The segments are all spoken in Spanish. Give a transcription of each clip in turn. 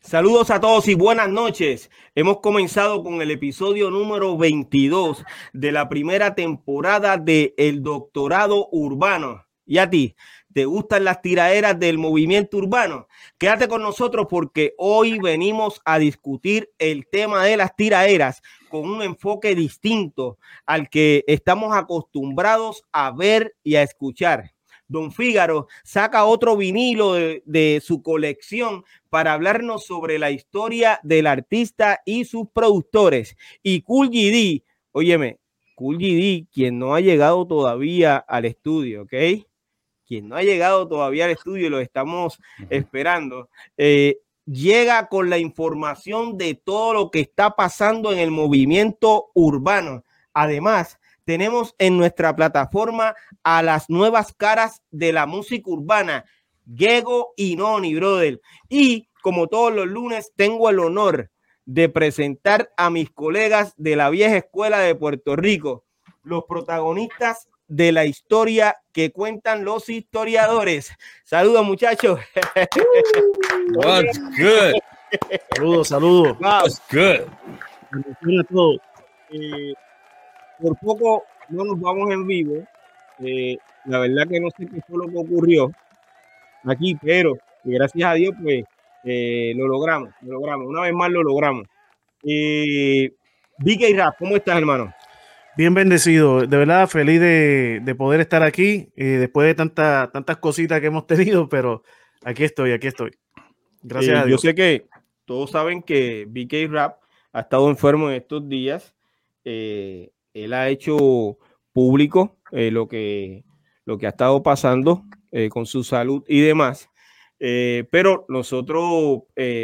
Saludos a todos y buenas noches. Hemos comenzado con el episodio número 22 de la primera temporada de El Doctorado Urbano. ¿Y a ti? ¿Te gustan las tiraderas del movimiento urbano? Quédate con nosotros porque hoy venimos a discutir el tema de las tiraderas con un enfoque distinto al que estamos acostumbrados a ver y a escuchar. Don Fígaro saca otro vinilo de su colección para hablarnos sobre la historia del artista y sus productores. Y Kool GD, óyeme, Kool GD, quien no ha llegado todavía al estudio, ¿ok? Quien no ha llegado todavía al estudio, lo estamos esperando, llega con la información de todo lo que está pasando en el movimiento urbano. Además, tenemos en nuestra plataforma a las nuevas caras de la música urbana, Gego y Noni, brother. Y como todos los lunes, tengo el honor de presentar a mis colegas de la vieja escuela de Puerto Rico, los protagonistas de la historia que cuentan los historiadores. Saludos, muchachos. What's good? Saludos. What's good? Por poco no nos vamos en vivo. La verdad que no sé qué fue lo que ocurrió aquí, pero gracias a Dios, pues lo logramos. Una vez más lo logramos. BK Rap, ¿cómo estás, hermano? Bien bendecido, de verdad feliz de poder estar aquí después de tantas cositas que hemos tenido, pero aquí estoy. Gracias a Dios. Yo sé que todos saben que BK Rap ha estado enfermo en estos días. Él ha hecho público lo que ha estado pasando con su salud y demás. Pero nosotros,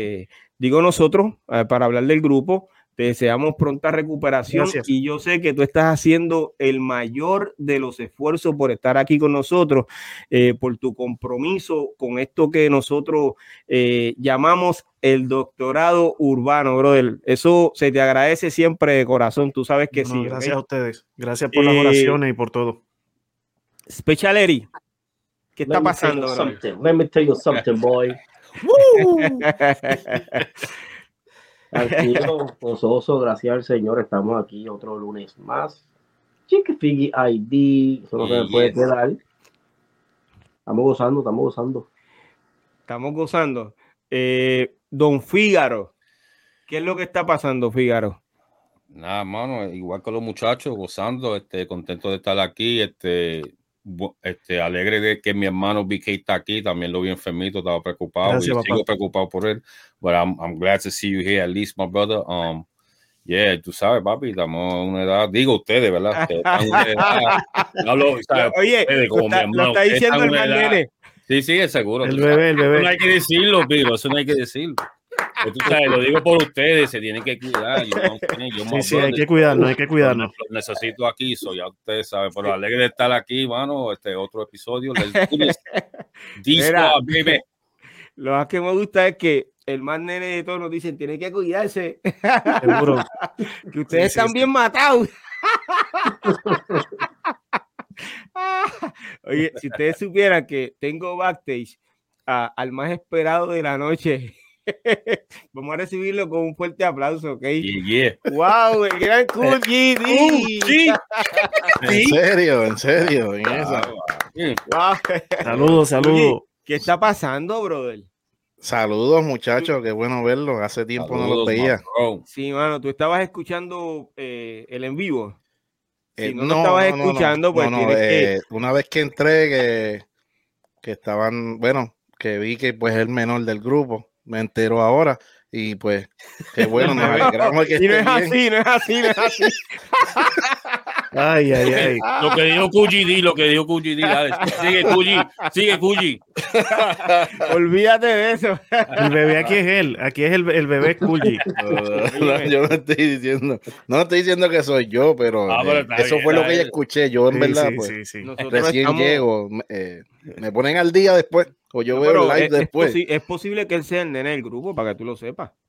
para hablar del grupo, te deseamos pronta recuperación. Gracias. Y yo sé que tú estás haciendo el mayor de los esfuerzos por estar aquí con nosotros, por tu compromiso con esto que nosotros llamamos el doctorado urbano, brother. Eso se te agradece siempre de corazón, tú sabes que sí. Gracias, ¿okay? A ustedes, gracias por las oraciones y por todo. Special Eri, ¿qué está pasando, bro? Let me tell you something, boy. Tranquilo, gozoso, gracias al Señor, estamos aquí otro lunes más. Chiquifigui ID, eso no se me puede quedar. Estamos gozando. Don Fígaro, ¿qué es lo que está pasando, Fígaro? Nada, mano, igual que los muchachos, gozando, contento de estar aquí, alegre de que mi hermano BK está aquí, también lo vi enfermito, estaba preocupado. Gracias, y sigo preocupado por él, but I'm glad to see you here, at least, my brother. Yeah, tú sabes, papi, estamos en una edad, digo ustedes, ¿verdad? Están en una edad, oye, lo está diciendo el más nene. Sí, seguro. El bebé. Eso no hay que decirlo, Piro, eso no hay que decirlo. Pero tú sabes, lo digo por ustedes, se tienen que cuidar. Sí, hay que cuidarnos. Lo necesito aquí, ya ustedes saben, pero alegre de estar aquí, mano, otro episodio. Lo más que me gusta es que el más nene de todos nos dicen, tienen que cuidarse. Seguro. Que ustedes están bien matados. Oye, si ustedes supieran que tengo backstage al más esperado de la noche, vamos a recibirlo con un fuerte aplauso, ¿ok? Yeah. ¡Wow! El gran Kool GD. En serio. En esa. Wow. Saludos. Oye, ¿qué está pasando, brother? Saludos, muchachos, qué bueno verlos. Hace tiempo no los veía. Sí, mano, tú estabas escuchando el en vivo. Si no estabas escuchando, pues tienes que... Una vez que entré, que estaban, bueno, que vi que pues el menor del grupo, me entero ahora y pues, qué bueno, nos alegramos que y no es así. Ay. Lo que dijo Kool GD, sigue Kool. Olvídate de eso. El bebé aquí es el bebé Kool G. Yo no estoy diciendo que soy yo, pero eso fue lo que yo escuché. Yo en verdad, sí. Recién llego, me ponen al día después, o yo veo el live después. Es posible que él sea el nene del grupo, para que tú lo sepas.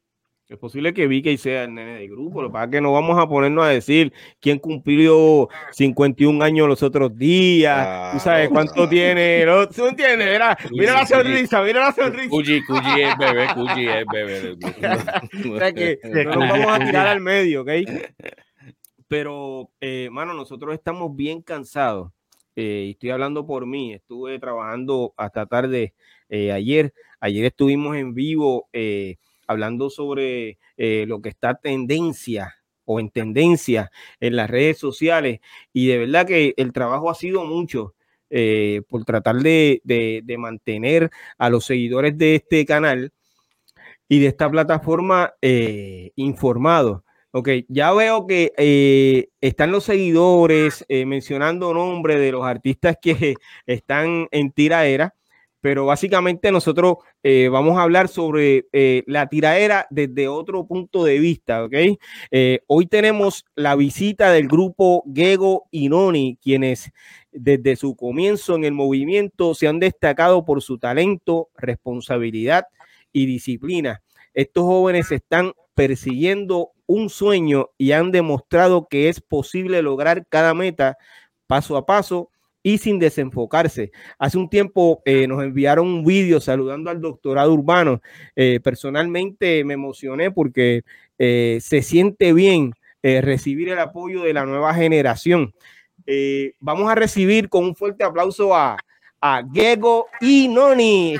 Es posible que VK sea el nene del grupo, lo que pasa es que no vamos a ponernos a decir quién cumplió 51 años los otros días, tú sabes cuánto tiene, ¿tú entiendes? Mira la sonrisa, mira la sonrisa. Cuyi es bebé, Cuyi es bebé. O sea que no nos vamos a tirar al medio, ¿ok? Pero, mano, nosotros estamos bien cansados. Y estoy hablando por mí, estuve trabajando hasta tarde ayer estuvimos en vivo hablando sobre lo que está en tendencia en las redes sociales, y de verdad que el trabajo ha sido mucho por tratar de mantener a los seguidores de este canal y de esta plataforma informados. Ok, ya veo que están los seguidores mencionando nombres de los artistas que están en tiraera, pero básicamente nosotros vamos a hablar sobre la tiraera desde otro punto de vista, ¿ok? Hoy tenemos la visita del grupo Gego y Noni, quienes desde su comienzo en el movimiento se han destacado por su talento, responsabilidad y disciplina. Estos jóvenes están persiguiendo un sueño y han demostrado que es posible lograr cada meta paso a paso y sin desenfocarse. Hace un tiempo nos enviaron un video saludando al doctorado Urbano. Personalmente me emocioné porque se siente bien recibir el apoyo de la nueva generación. Vamos a recibir con un fuerte aplauso a Gego y Noni.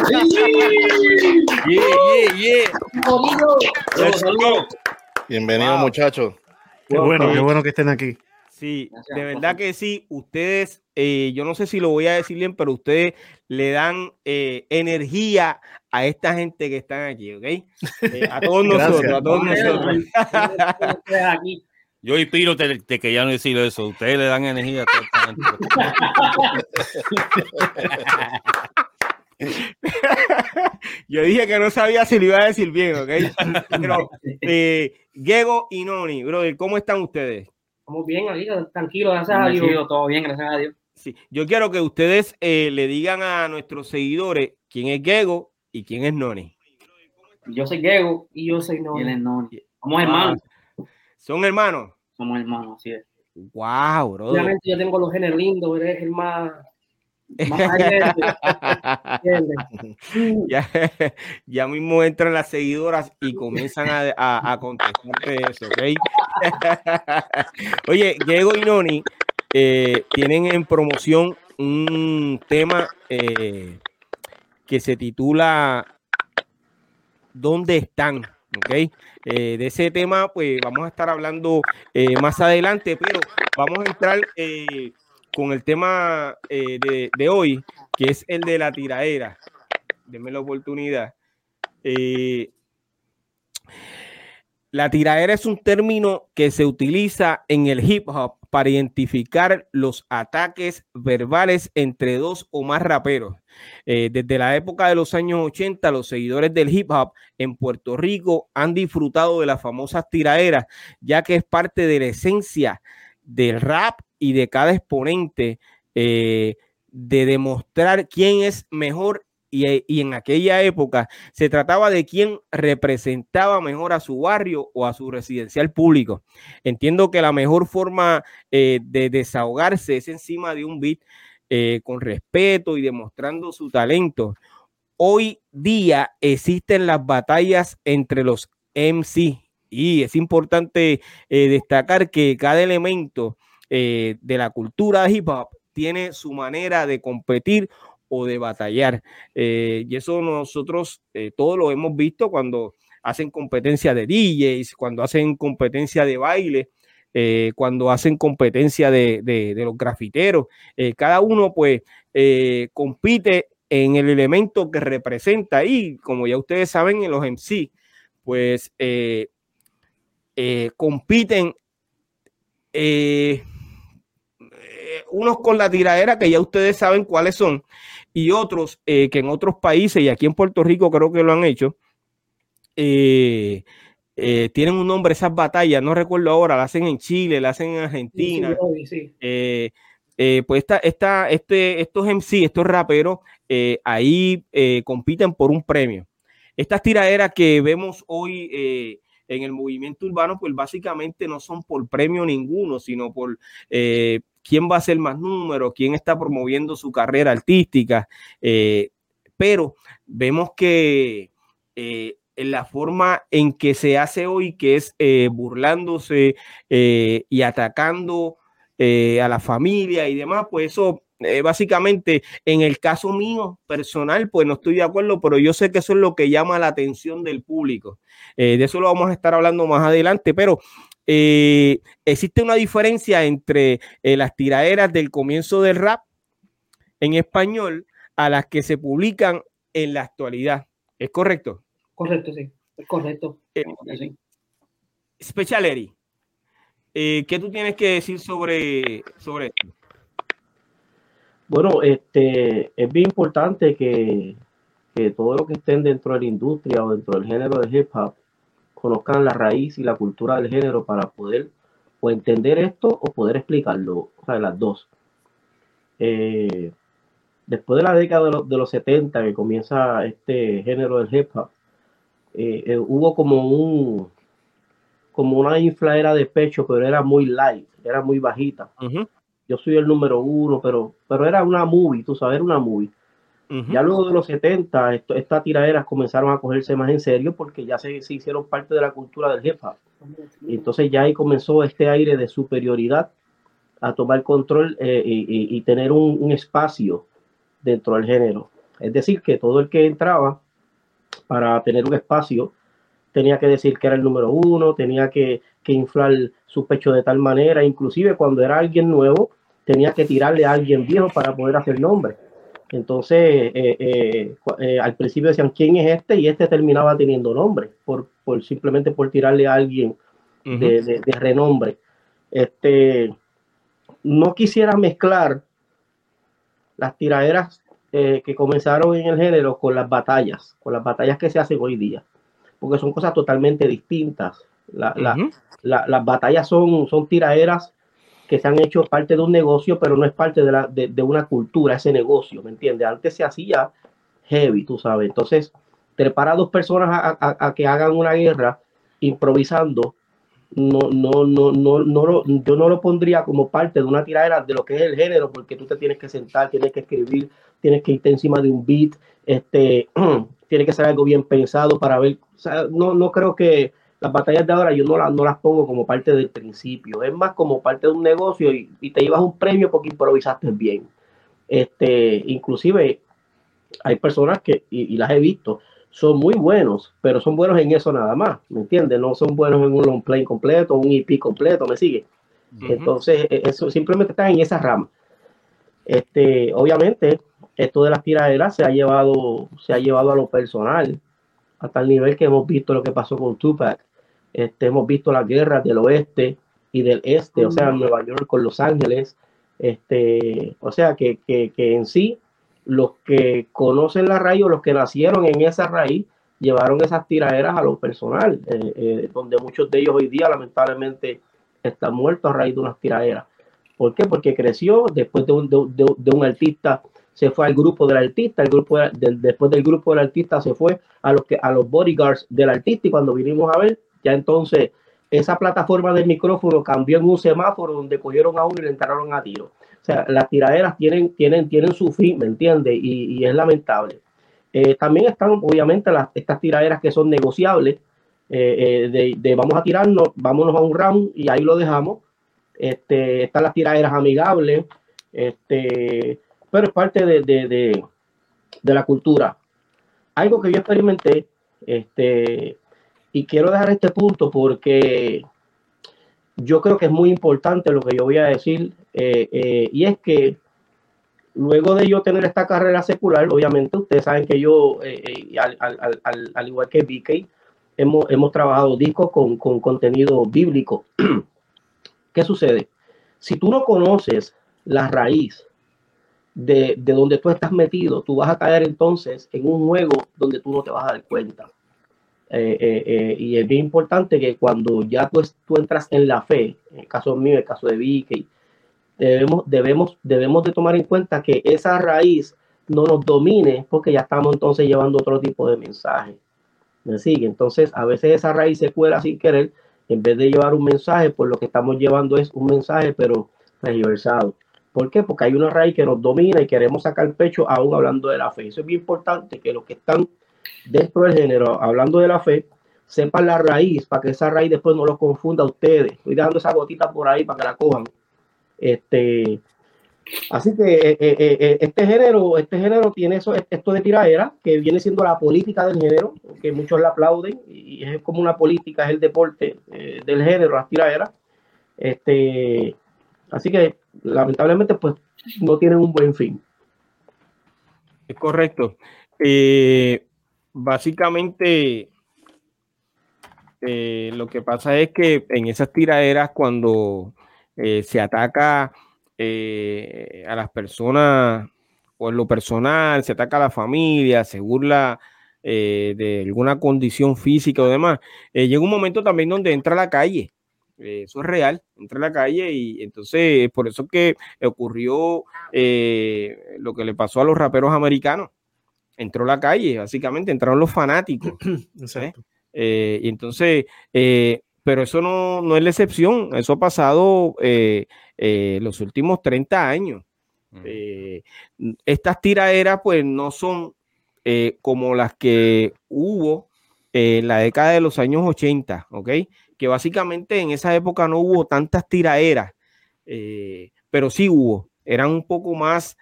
Bienvenido, muchachos. Qué bueno que estén aquí. Sí, gracias, de verdad que sí. Ustedes, yo no sé si lo voy a decir bien, pero ustedes le dan energía a esta gente que están aquí, ¿ok? A todos nosotros, a todos nosotros. Yo inspiro de que ya no decir eso. Ustedes le dan energía a toda esta gente. Yo dije que no sabía si lo iba a decir bien, ¿ok? Pero Gego y Noni, brother, ¿cómo están ustedes? Estamos bien, aquí, tranquilo, gracias a Dios. Todo bien, gracias a Dios. Sí, yo quiero que ustedes le digan a nuestros seguidores quién es Gego y quién es Noni. Yo soy Gego y yo soy Noni. Y él es Noni. Somos hermanos. ¿Son hermanos? Somos hermanos, así es. Wow, bro. Obviamente yo tengo los genes lindos, pero es el más ya mismo entran las seguidoras y comienzan a contestarte eso, ¿ok? Oye, Gego y Noni tienen en promoción un tema que se titula ¿Dónde están? ¿Ok? De ese tema pues vamos a estar hablando más adelante, pero vamos a entrar con el tema de hoy, que es el de la tiraera. Denme la oportunidad. La tiraera es un término que se utiliza en el hip hop para identificar los ataques verbales entre dos o más raperos. Desde la época de los años 80, los seguidores del hip hop en Puerto Rico han disfrutado de las famosas tiraeras, ya que es parte de la esencia del rap y de cada exponente de demostrar quién es mejor. Y en aquella época se trataba de quién representaba mejor a su barrio o a su residencial público. Entiendo que la mejor forma de desahogarse es encima de un beat con respeto y demostrando su talento. Hoy día existen las batallas entre los MC y es importante destacar que cada elemento de la cultura hip hop tiene su manera de competir o de batallar. Y eso nosotros todos lo hemos visto cuando hacen competencia de DJs, cuando hacen competencia de baile, cuando hacen competencia de los grafiteros. Cada uno pues compite en el elemento que representa, y como ya ustedes saben, en los MC pues compiten unos con la tiradera, que ya ustedes saben cuáles son, y otros que en otros países, y aquí en Puerto Rico creo que lo han hecho, tienen un nombre esas batallas, no recuerdo ahora, la hacen en Chile, la hacen en Argentina. Sí. Pues estos MC, estos raperos, ahí compiten por un premio. Estas tiraderas que vemos hoy en el movimiento urbano, pues básicamente no son por premio ninguno, sino por quién va a hacer más números, quién está promoviendo su carrera artística. Pero vemos que en la forma en que se hace hoy, que es burlándose y atacando a la familia y demás, pues eso básicamente en el caso mío personal, pues no estoy de acuerdo, pero yo sé que eso es lo que llama la atención del público. De eso lo vamos a estar hablando más adelante, pero existe una diferencia entre las tiraderas del comienzo del rap en español a las que se publican en la actualidad. ¿Es correcto? Correcto, sí. Es correcto. Sí. Special Eri, ¿qué tú tienes que decir sobre esto? Bueno, es bien importante que todo lo que estén dentro de la industria o dentro del género de hip hop conozcan la raíz y la cultura del género para poder o entender esto o poder explicarlo, o sea, las dos. Después de la década de los 70 que comienza este género del hip hop, hubo como una inflaera de pecho, pero era muy light, era muy bajita. Yo soy el número 1, pero era una movie, tú sabes, era una movie. Ya luego de los 70, estas tiraderas comenzaron a cogerse más en serio porque ya se hicieron parte de la cultura del hip hop. Y entonces ya ahí comenzó este aire de superioridad a tomar control y tener un espacio dentro del género. Es decir, que todo el que entraba para tener un espacio tenía que decir que era el número 1, tenía que inflar su pecho de tal manera, inclusive cuando era alguien nuevo, tenía que tirarle a alguien viejo para poder hacer nombre. Entonces, al principio decían, ¿quién es este? Y este terminaba teniendo nombre, simplemente por tirarle a alguien de renombre. No quisiera mezclar las tiraderas que comenzaron en el género con las batallas que se hacen hoy día, porque son cosas totalmente distintas. Las batallas son tiraderas que se han hecho parte de un negocio, pero no es parte de una cultura, ese negocio, ¿me entiendes? Antes se hacía heavy, tú sabes. Entonces, trepar a dos personas a que hagan una guerra improvisando, yo no lo pondría como parte de una tiradera de lo que es el género, porque tú te tienes que sentar, tienes que escribir, tienes que irte encima de un beat, tiene que ser algo bien pensado para ver. O sea, no creo que las batallas de ahora yo no las pongo como parte del principio, es más como parte de un negocio y te llevas un premio porque improvisaste bien. Inclusive hay personas que, y las he visto, son muy buenos, pero son buenos en eso nada más, ¿me entiendes? No son buenos en un long play completo, un EP completo, ¿me sigue? Entonces, eso simplemente está en esa rama. Obviamente, esto de las tiraderas se ha llevado a lo personal, hasta el nivel que hemos visto lo que pasó con Tupac. Hemos visto las guerras del oeste y del este, o sea, Nueva York con Los Ángeles. O sea, que en sí, los que conocen la raíz o los que nacieron en esa raíz, llevaron esas tiraderas a lo personal, donde muchos de ellos hoy día lamentablemente están muertos a raíz de unas tiraderas. ¿Por qué? Porque creció después de un artista, se fue al grupo del artista, después del grupo del artista se fue a los bodyguards del artista, y cuando vinimos a ver, ya entonces esa plataforma del micrófono cambió en un semáforo donde cogieron a uno y le entraron a tiro. O sea, las tiraderas tienen su fin, ¿me entiendes? Y es lamentable. También están, obviamente, estas tiraderas que son negociables, vamos a tirarnos, vámonos a un round y ahí lo dejamos. Están las tiraderas amigables, pero es parte de la cultura. Algo que yo experimenté, y quiero dejar este punto porque yo creo que es muy importante lo que yo voy a decir, y es que luego de yo tener esta carrera secular, obviamente ustedes saben que yo, al igual que BK, hemos trabajado discos con contenido bíblico. ¿Qué sucede? Si tú no conoces la raíz de donde tú estás metido, tú vas a caer entonces en un juego donde tú no te vas a dar cuenta. Y es bien importante que cuando ya tú entras en la fe, en el caso mío, en el caso de Vicky, debemos de tomar en cuenta que esa raíz no nos domine, porque ya estamos entonces llevando otro tipo de mensaje. ¿Me sigue? Entonces, a veces esa raíz se cuela sin querer, en vez de llevar un mensaje, pues lo que estamos llevando es un mensaje, pero transversado. ¿Por qué? Porque hay una raíz que nos domina y queremos sacar pecho aún hablando de la fe. Eso es bien importante, que los que están dentro del género, hablando de la fe, sepan la raíz, para que esa raíz después no los confunda a ustedes. Estoy dejando esa gotita por ahí para que la cojan. Así que este género tiene esto de tiraera, que viene siendo la política del género, que muchos la aplauden, y es como una política, es el deporte del género, las tiraeras. Así que lamentablemente pues no tienen un buen fin. Es correcto. Básicamente lo que pasa es que en esas tiraderas, cuando se ataca a las personas o en lo personal, se ataca a la familia, se burla de alguna condición física o demás, llega un momento también donde entra a la calle. Eso es real, entra a la calle, y entonces por eso que ocurrió lo que le pasó a los raperos americanos. Entró a la calle, básicamente, entraron los fanáticos. Exacto. Y entonces, pero eso no es la excepción, eso ha pasado los últimos 30 años. Estas tiraderas pues no son como las que hubo en la década de los años 80, ¿ok? Que básicamente en esa época no hubo tantas tiraderas, pero sí hubo, eran un poco más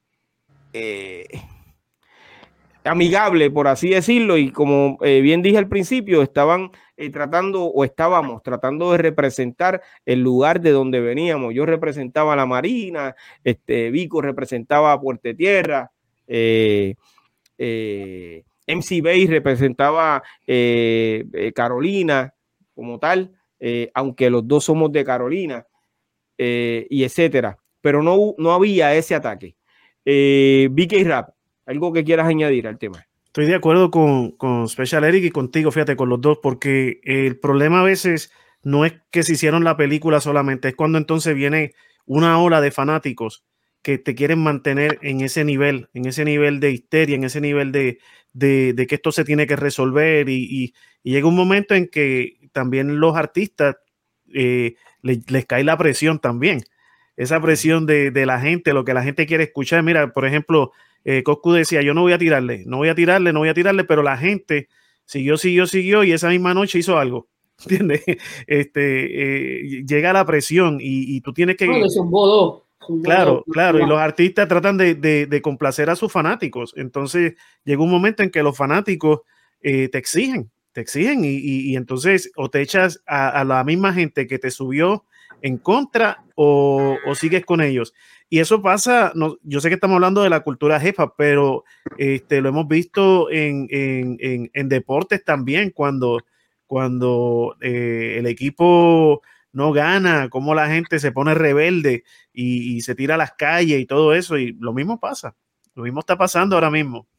amigable, por así decirlo, y como bien dije al principio, estaban estábamos tratando de representar el lugar de donde veníamos. Yo representaba la Marina, Vico representaba a Puerto Tierra, MC Bay representaba Carolina como tal, aunque los dos somos de Carolina, y etcétera, pero no había ese ataque. BK Rap, ¿algo que quieras añadir al tema? Estoy de acuerdo con Special Eric y contigo, fíjate, con los dos, porque el problema a veces no es que se hicieron la película solamente, es cuando entonces viene una ola de fanáticos que te quieren mantener en ese nivel de histeria, en ese nivel de que esto se tiene que resolver, y llega un momento en que también los artistas les cae la presión también, esa presión de la gente, lo que la gente quiere escuchar. Mira, por ejemplo, Coscu decía, yo no voy a tirarle, pero la gente siguió, y esa misma noche hizo algo, ¿entiendes? Llega la presión y tú tienes que... Claro, y los artistas tratan de complacer a sus fanáticos, entonces llega un momento en que los fanáticos te exigen, y entonces o te echas a la misma gente que te subió en contra, o sigues con ellos. Y eso pasa, yo sé que estamos hablando de la cultura jefa, pero lo hemos visto en deportes también, cuando el equipo no gana, cómo la gente se pone rebelde y se tira a las calles y todo eso, y lo mismo está pasando ahora mismo.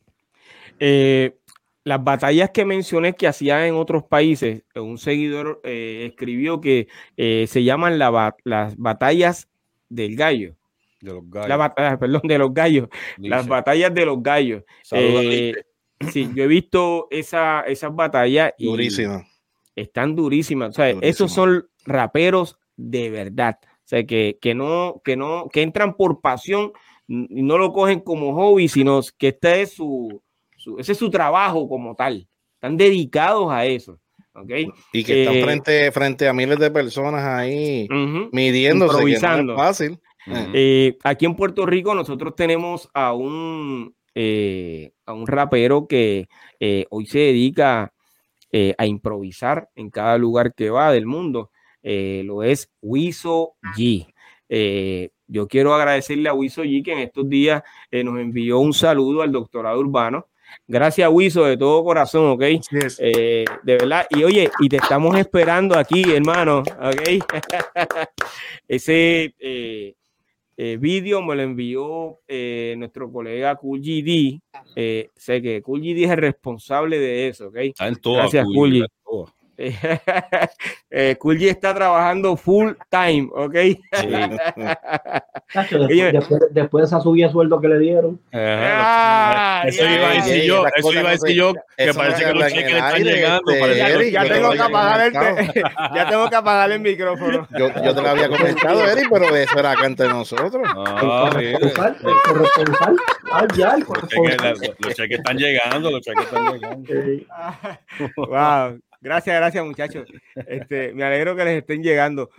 Las batallas que mencioné que hacían en otros países, un seguidor escribió que se llaman las batallas del gallo. De los gallos. De los gallos. Lice. Las batallas de los gallos. Sí, yo he visto esas batallas y durísimas. Están durísimas. O sea, esos son raperos de verdad. O sea, que entran por pasión y no lo cogen como hobby, sino que ese es su trabajo como tal. Están dedicados a eso. ¿Okay? Y que están frente a miles de personas ahí midiéndose, improvisando. Que no es fácil. Aquí en Puerto Rico nosotros tenemos a un rapero que hoy se dedica a improvisar en cada lugar que va del mundo. Lo es Wiso G. Yo quiero agradecerle a Wiso G que en estos días nos envió un saludo al doctorado urbano. Gracias, Wiso, de todo corazón, ¿ok? Yes. De verdad. Y oye, y te estamos esperando aquí, hermano, ¿ok? Ese vídeo me lo envió nuestro colega Cool GD. Sé que Cool GD es el responsable de eso, ¿ok? Está en todo. Gracias, Cool GD. Cool G está trabajando full time, ¿ok? Sí. Después de esa subida de sueldo que le dieron. Eso iba a decir yo, que parece que los cheques le están llegando. Ya tengo que apagar el micrófono. Yo te lo había comentado, Eric, pero eso era acá entre nosotros. Los cheques están llegando, Wow. Gracias, muchachos. Me alegro que les estén llegando.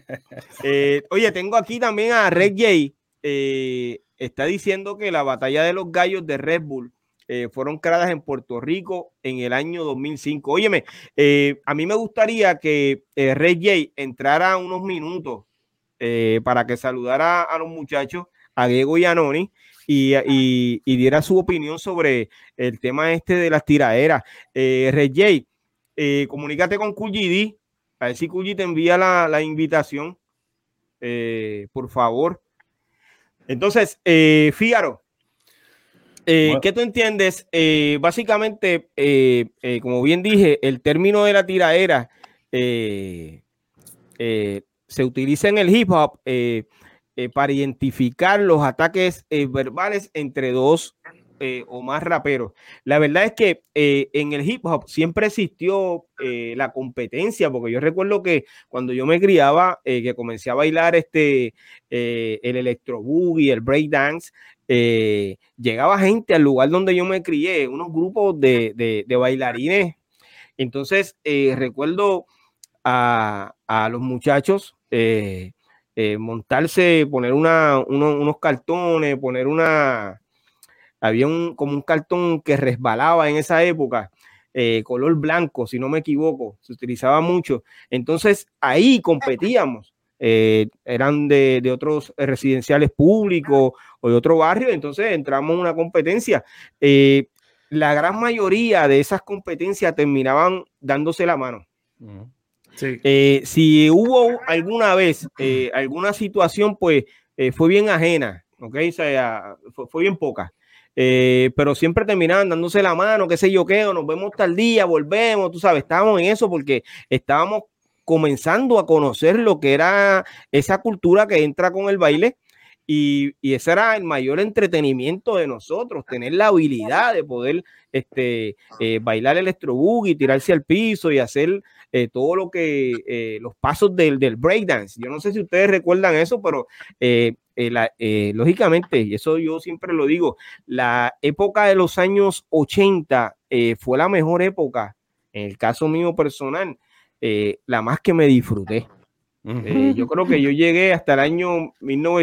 Oye, tengo aquí también a Red J. Está diciendo que la batalla de los gallos de Red Bull fueron creadas en Puerto Rico en el año 2005. Óyeme, a mí me gustaría que Red J entrara unos minutos para que saludara a los muchachos, a Diego y a Noni, y diera su opinión sobre el tema de las tiraderas. Red J, comunícate con QGD, a ver si QGD te envía la invitación, por favor. Entonces, Fígaro, ¿qué tú entiendes? Básicamente, como bien dije, el término de la tiradera se utiliza en el hip hop para identificar los ataques verbales entre dos o más raperos. La verdad es que en el hip hop siempre existió la competencia, porque yo recuerdo que cuando yo me criaba, que comencé a bailar el electro boogie, el breakdance, llegaba gente al lugar donde yo me crié, unos grupos de bailarines. Entonces recuerdo a los muchachos montarse, poner unos cartones, poner había como un cartón que resbalaba en esa época, color blanco, si no me equivoco, se utilizaba mucho. Entonces ahí competíamos, eran de otros residenciales públicos o de otro barrio, entonces entramos en una competencia. La gran mayoría de esas competencias terminaban dándose la mano. Sí. Si hubo alguna vez alguna situación, pues fue bien ajena, ¿ok? O sea, fue bien poca. Pero siempre terminaban dándose la mano, qué sé yo qué, o nos vemos tal día, volvemos, tú sabes, estábamos en eso porque estábamos comenzando a conocer lo que era esa cultura que entra con el baile, y ese era el mayor entretenimiento de nosotros, tener la habilidad de poder bailar electro boogie, tirarse al piso y hacer todo lo que los pasos del breakdance. Yo no sé si ustedes recuerdan eso, pero lógicamente, y eso yo siempre lo digo, la época de los años 80 fue la mejor época, en el caso mío personal, la más que me disfruté. Yo creo que yo llegué hasta el año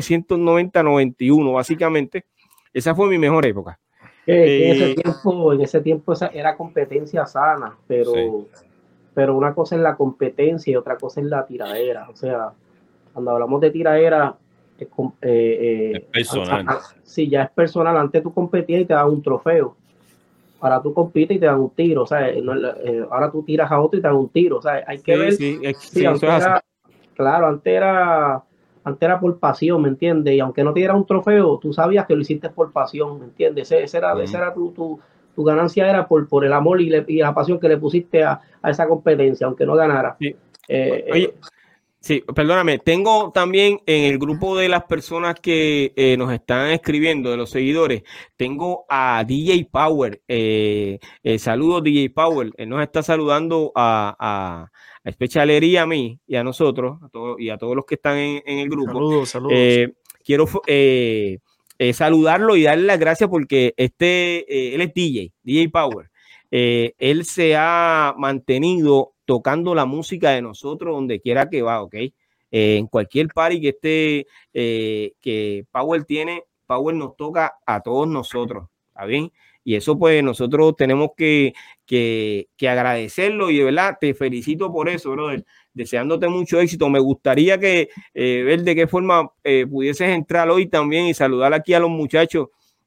1990-91, básicamente. Esa fue mi mejor época. En ese tiempo esa era competencia sana, pero una cosa es la competencia y otra cosa es la tiradera. O sea, cuando hablamos de tiradera, es personal. Sí, ya es personal. Antes tú competías y te daban un trofeo. Ahora tú compites y te dan un tiro. O sea, ahora tú tiras a otro y te dan un tiro. O sea, hay que ver. Claro, antes era por pasión, ¿me entiendes? Y aunque no te diera un trofeo, tú sabías que lo hiciste por pasión, ¿me entiendes? Esa era tu ganancia, era por el amor y la pasión que le pusiste a esa competencia, aunque no ganara. Sí. Oye, sí, perdóname, tengo también en el grupo de las personas que nos están escribiendo, de los seguidores, tengo a DJ Power. Saludos, DJ Power. Él nos está saludando a Especialería, a mí y a nosotros, y a todos los que están en el grupo. Saludos. Quiero saludarlo y darle las gracias porque él es DJ Power. Él se ha mantenido tocando la música de nosotros donde quiera que va, ¿ok? En cualquier party que esté, que Power tiene, Power nos toca a todos nosotros, ¿está bien? Y eso pues nosotros tenemos que agradecerlo, y de verdad te felicito por eso, brother, deseándote mucho éxito. Me gustaría que ver de qué forma pudieses entrar hoy también y saludar aquí a los muchachos.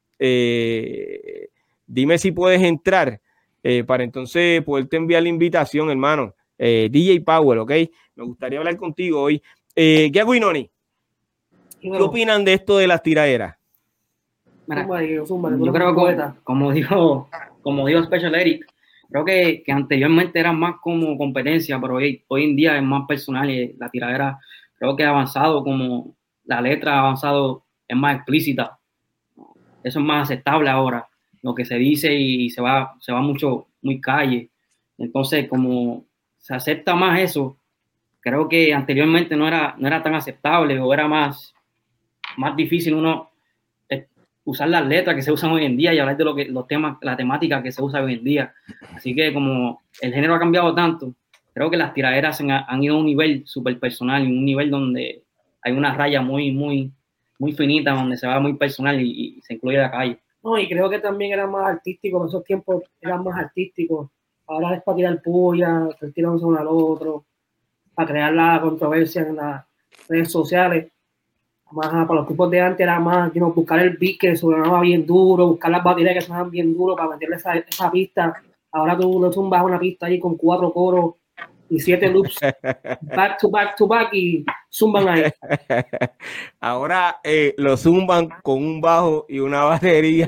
Dime si puedes entrar para entonces poderte enviar la invitación, hermano. DJ Power, ¿ok? Me gustaría hablar contigo hoy. ¿Qué hago, Inoni? ¿Qué opinan de esto de las tiraderas? Yo creo que como dijo Special Eric, Creo que anteriormente era más como competencia, pero hoy en día es más personal y la tiradera creo que ha avanzado, como la letra ha avanzado, es más explícita. Eso es más aceptable ahora, lo que se dice y se va mucho, muy calle. Entonces, como se acepta más eso, creo que anteriormente no era tan aceptable o era más difícil uno usar las letras que se usan hoy en día y hablar de los temas, la temática que se usa hoy en día. Así que como el género ha cambiado tanto, creo que las tiraderas han ido a un nivel súper personal, un nivel donde hay una raya muy, muy, muy finita, donde se va muy personal y se incluye la calle. No, y creo que también era más artístico, en esos tiempos eran más artísticos. Ahora es para tirar puya, para tirarse uno al otro, para crear la controversia en las redes sociales. Más para los tipos de antes era más, buscar el beat que sonaba bien duro, buscar las baterías que sonaban bien duro para meterle esa pista. Ahora tú le zumbas una pista ahí con 4 coros y 7 loops back to back y zumban ahí. Ahora lo zumban con un bajo y una batería.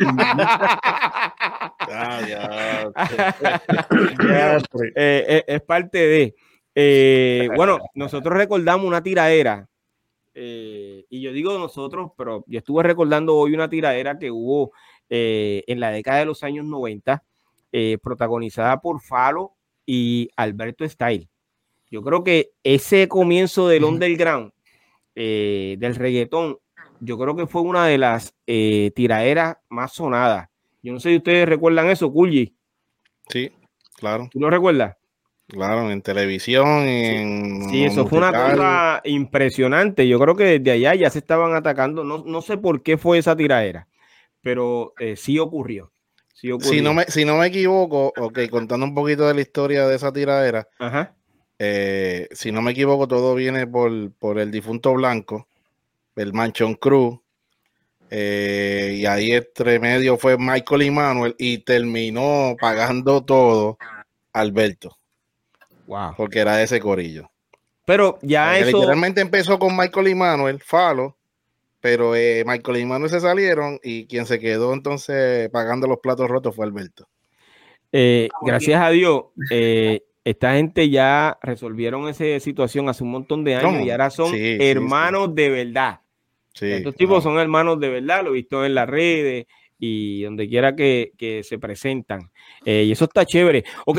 Es parte de bueno, nosotros recordamos una tiradera y yo digo nosotros, pero yo estuve recordando hoy una tiradera que hubo en la década de los años 90 protagonizada por Falo y Alberto Style. Yo creo que ese comienzo del underground, del reggaetón, yo creo que fue una de las tiraderas más sonadas. Yo no sé si ustedes recuerdan eso, Kulji. Sí, claro. ¿Tú lo recuerdas? Claro, en televisión, sí, eso fue una cosa impresionante. Yo creo que desde allá ya se estaban atacando. No sé por qué fue esa tiradera, pero sí ocurrió. Sí ocurrió. Si no me equivoco, contando un poquito de la historia de esa tiradera, ajá. Si no me equivoco, todo viene por el difunto Blanco, el Manchón Cruz, y ahí entre medio fue Michael y Manuel, y terminó pagando todo Alberto. Wow. Porque era de ese corillo. Pero ya eso... Literalmente empezó con Michael y Manuel, Falo, pero Michael y Manuel se salieron y quien se quedó entonces pagando los platos rotos fue Alberto. Gracias a Dios, esta gente ya resolvieron esa situación hace un montón de años y ahora son hermanos de verdad. Sí, estos tipos son hermanos de verdad, lo he visto en las redes y donde quiera que se presentan. Y eso está chévere. Ok,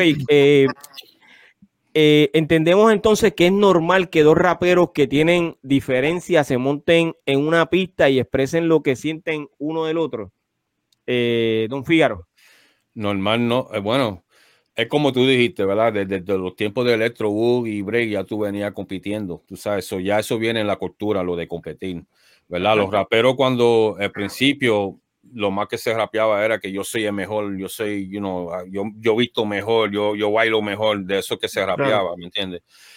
entendemos entonces que es normal que dos raperos que tienen diferencias se monten en una pista y expresen lo que sienten uno del otro. Don Fígaro. Normal no, bueno, es como tú dijiste, ¿verdad? Desde los tiempos de Electro Boogie y Break ya tú venías compitiendo, tú sabes, eso viene en la cultura, lo de competir, ¿verdad? Los raperos cuando al principio lo más que se rapeaba era que yo soy el mejor, yo soy, yo visto mejor, yo bailo mejor, de eso que se rapeaba, claro. ¿Me entiendes?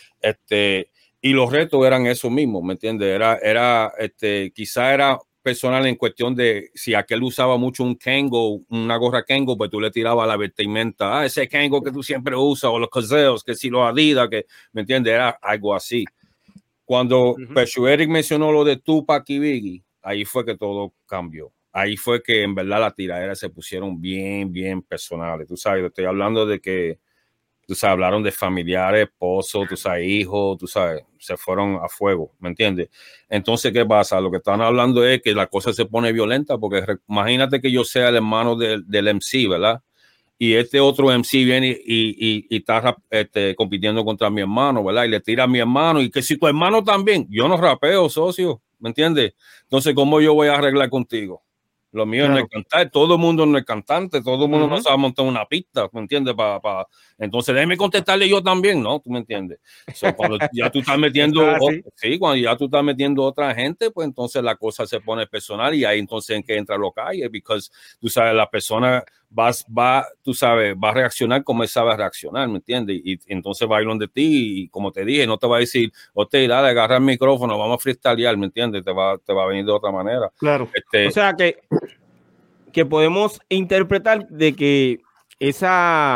Y los retos eran eso mismo, ¿me entiendes? Quizá era personal en cuestión de si aquel usaba mucho un Kangol, una gorra Kangol, pues tú le tirabas la vestimenta, ese Kangol que tú siempre usas, o los caseos, que si los Adidas, que, ¿me entiendes? Era algo así. Cuando Peshu Eric mencionó lo de Tupac y Biggie, ahí fue que todo cambió. Ahí fue que en verdad las tiraderas se pusieron bien, bien personales. Tú sabes, estoy hablando de que, tú sabes, hablaron de familiares, esposos, tú sabes, hijos, tú sabes, se fueron a fuego, ¿me entiendes? Entonces, ¿qué pasa? Lo que están hablando es que la cosa se pone violenta, porque imagínate que yo sea el hermano del MC, ¿verdad? Y este otro MC viene y está compitiendo contra mi hermano, ¿verdad? Y le tira a mi hermano, y que si tu hermano también, yo no rapeo, socio, ¿me entiendes? Entonces, ¿cómo yo voy a arreglar contigo? Lo mío no es cantar, todo el mundo no es cantante, todo el mundo no sabe montar una pista, ¿me entiendes? Entonces, déjeme contestarle yo también, ¿no? ¿Tú me entiendes? Cuando ya tú estás metiendo, cuando ya tú estás metiendo otra gente, pues entonces la cosa se pone personal y ahí entonces en que entra lo calle, porque tú sabes, la persona va a reaccionar como él sabe reaccionar, ¿me entiendes? Y entonces va a ir donde ti y como te dije, no te va a decir, dale, agarra el micrófono, vamos a freestylear, ¿me entiendes? Te va a venir de otra manera. Claro. O sea que podemos interpretar de que ese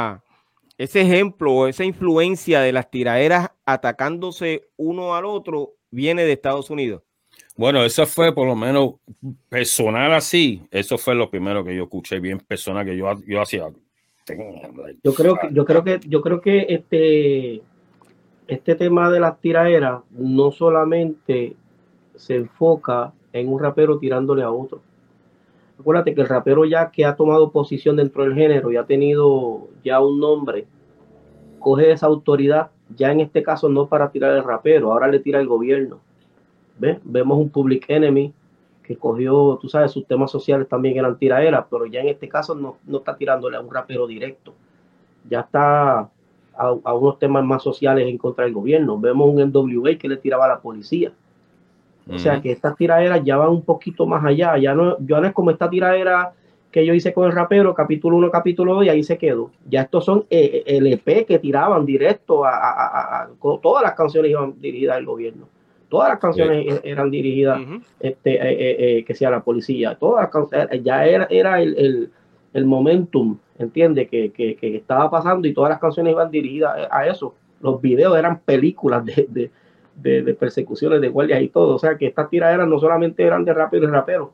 ejemplo o esa influencia de las tiraderas atacándose uno al otro viene de Estados Unidos. Bueno, eso fue por lo menos personal así. Eso fue lo primero que yo escuché bien personal, que yo hacía Yo creo que este tema de las tiraderas no solamente se enfoca en un rapero tirándole a otro. Acuérdate que el rapero ya que ha tomado posición dentro del género y ha tenido ya un nombre, coge esa autoridad, ya en este caso no para tirar el rapero, ahora le tira el gobierno. Vemos un Public Enemy que cogió, tú sabes, sus temas sociales también eran tiraderas, pero ya en este caso no está tirándole a un rapero directo, ya está a unos temas más sociales en contra del gobierno. Vemos un NWA que le tiraba a la policía. O sea que estas tiraderas ya van un poquito más allá. Ya no es como esta tiradera que yo hice con el rapero, capítulo 1, capítulo 2, y ahí se quedó. Ya estos son LP que tiraban directo todas las canciones iban dirigidas al gobierno. Todas las canciones eran dirigidas que sea la policía. Todas las canciones, ya era el momentum, ¿entiendes? Que estaba pasando y todas las canciones iban dirigidas a eso. Los videos eran películas de persecuciones de guardias y todo. O sea que estas tiraderas no solamente eran de rapero y rapero.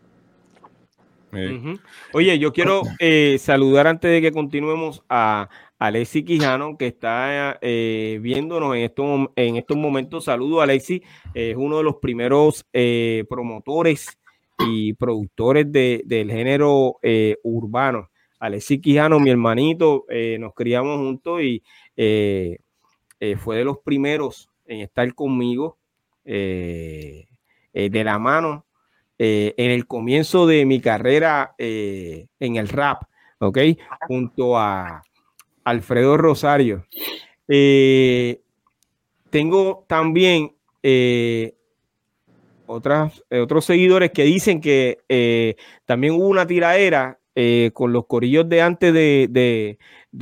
Oye, yo quiero saludar antes de que continuemos a Alexis Quijano, que está viéndonos en estos momentos. Saludo a Alexis, es uno de los primeros promotores y productores del género urbano. Alexis Quijano, mi hermanito, nos criamos juntos y fue de los primeros en estar conmigo de la mano en el comienzo de mi carrera en el rap, ¿ok? Junto a Alfredo Rosario. Tengo también otros seguidores que dicen que también hubo una tiradera con los corillos de antes de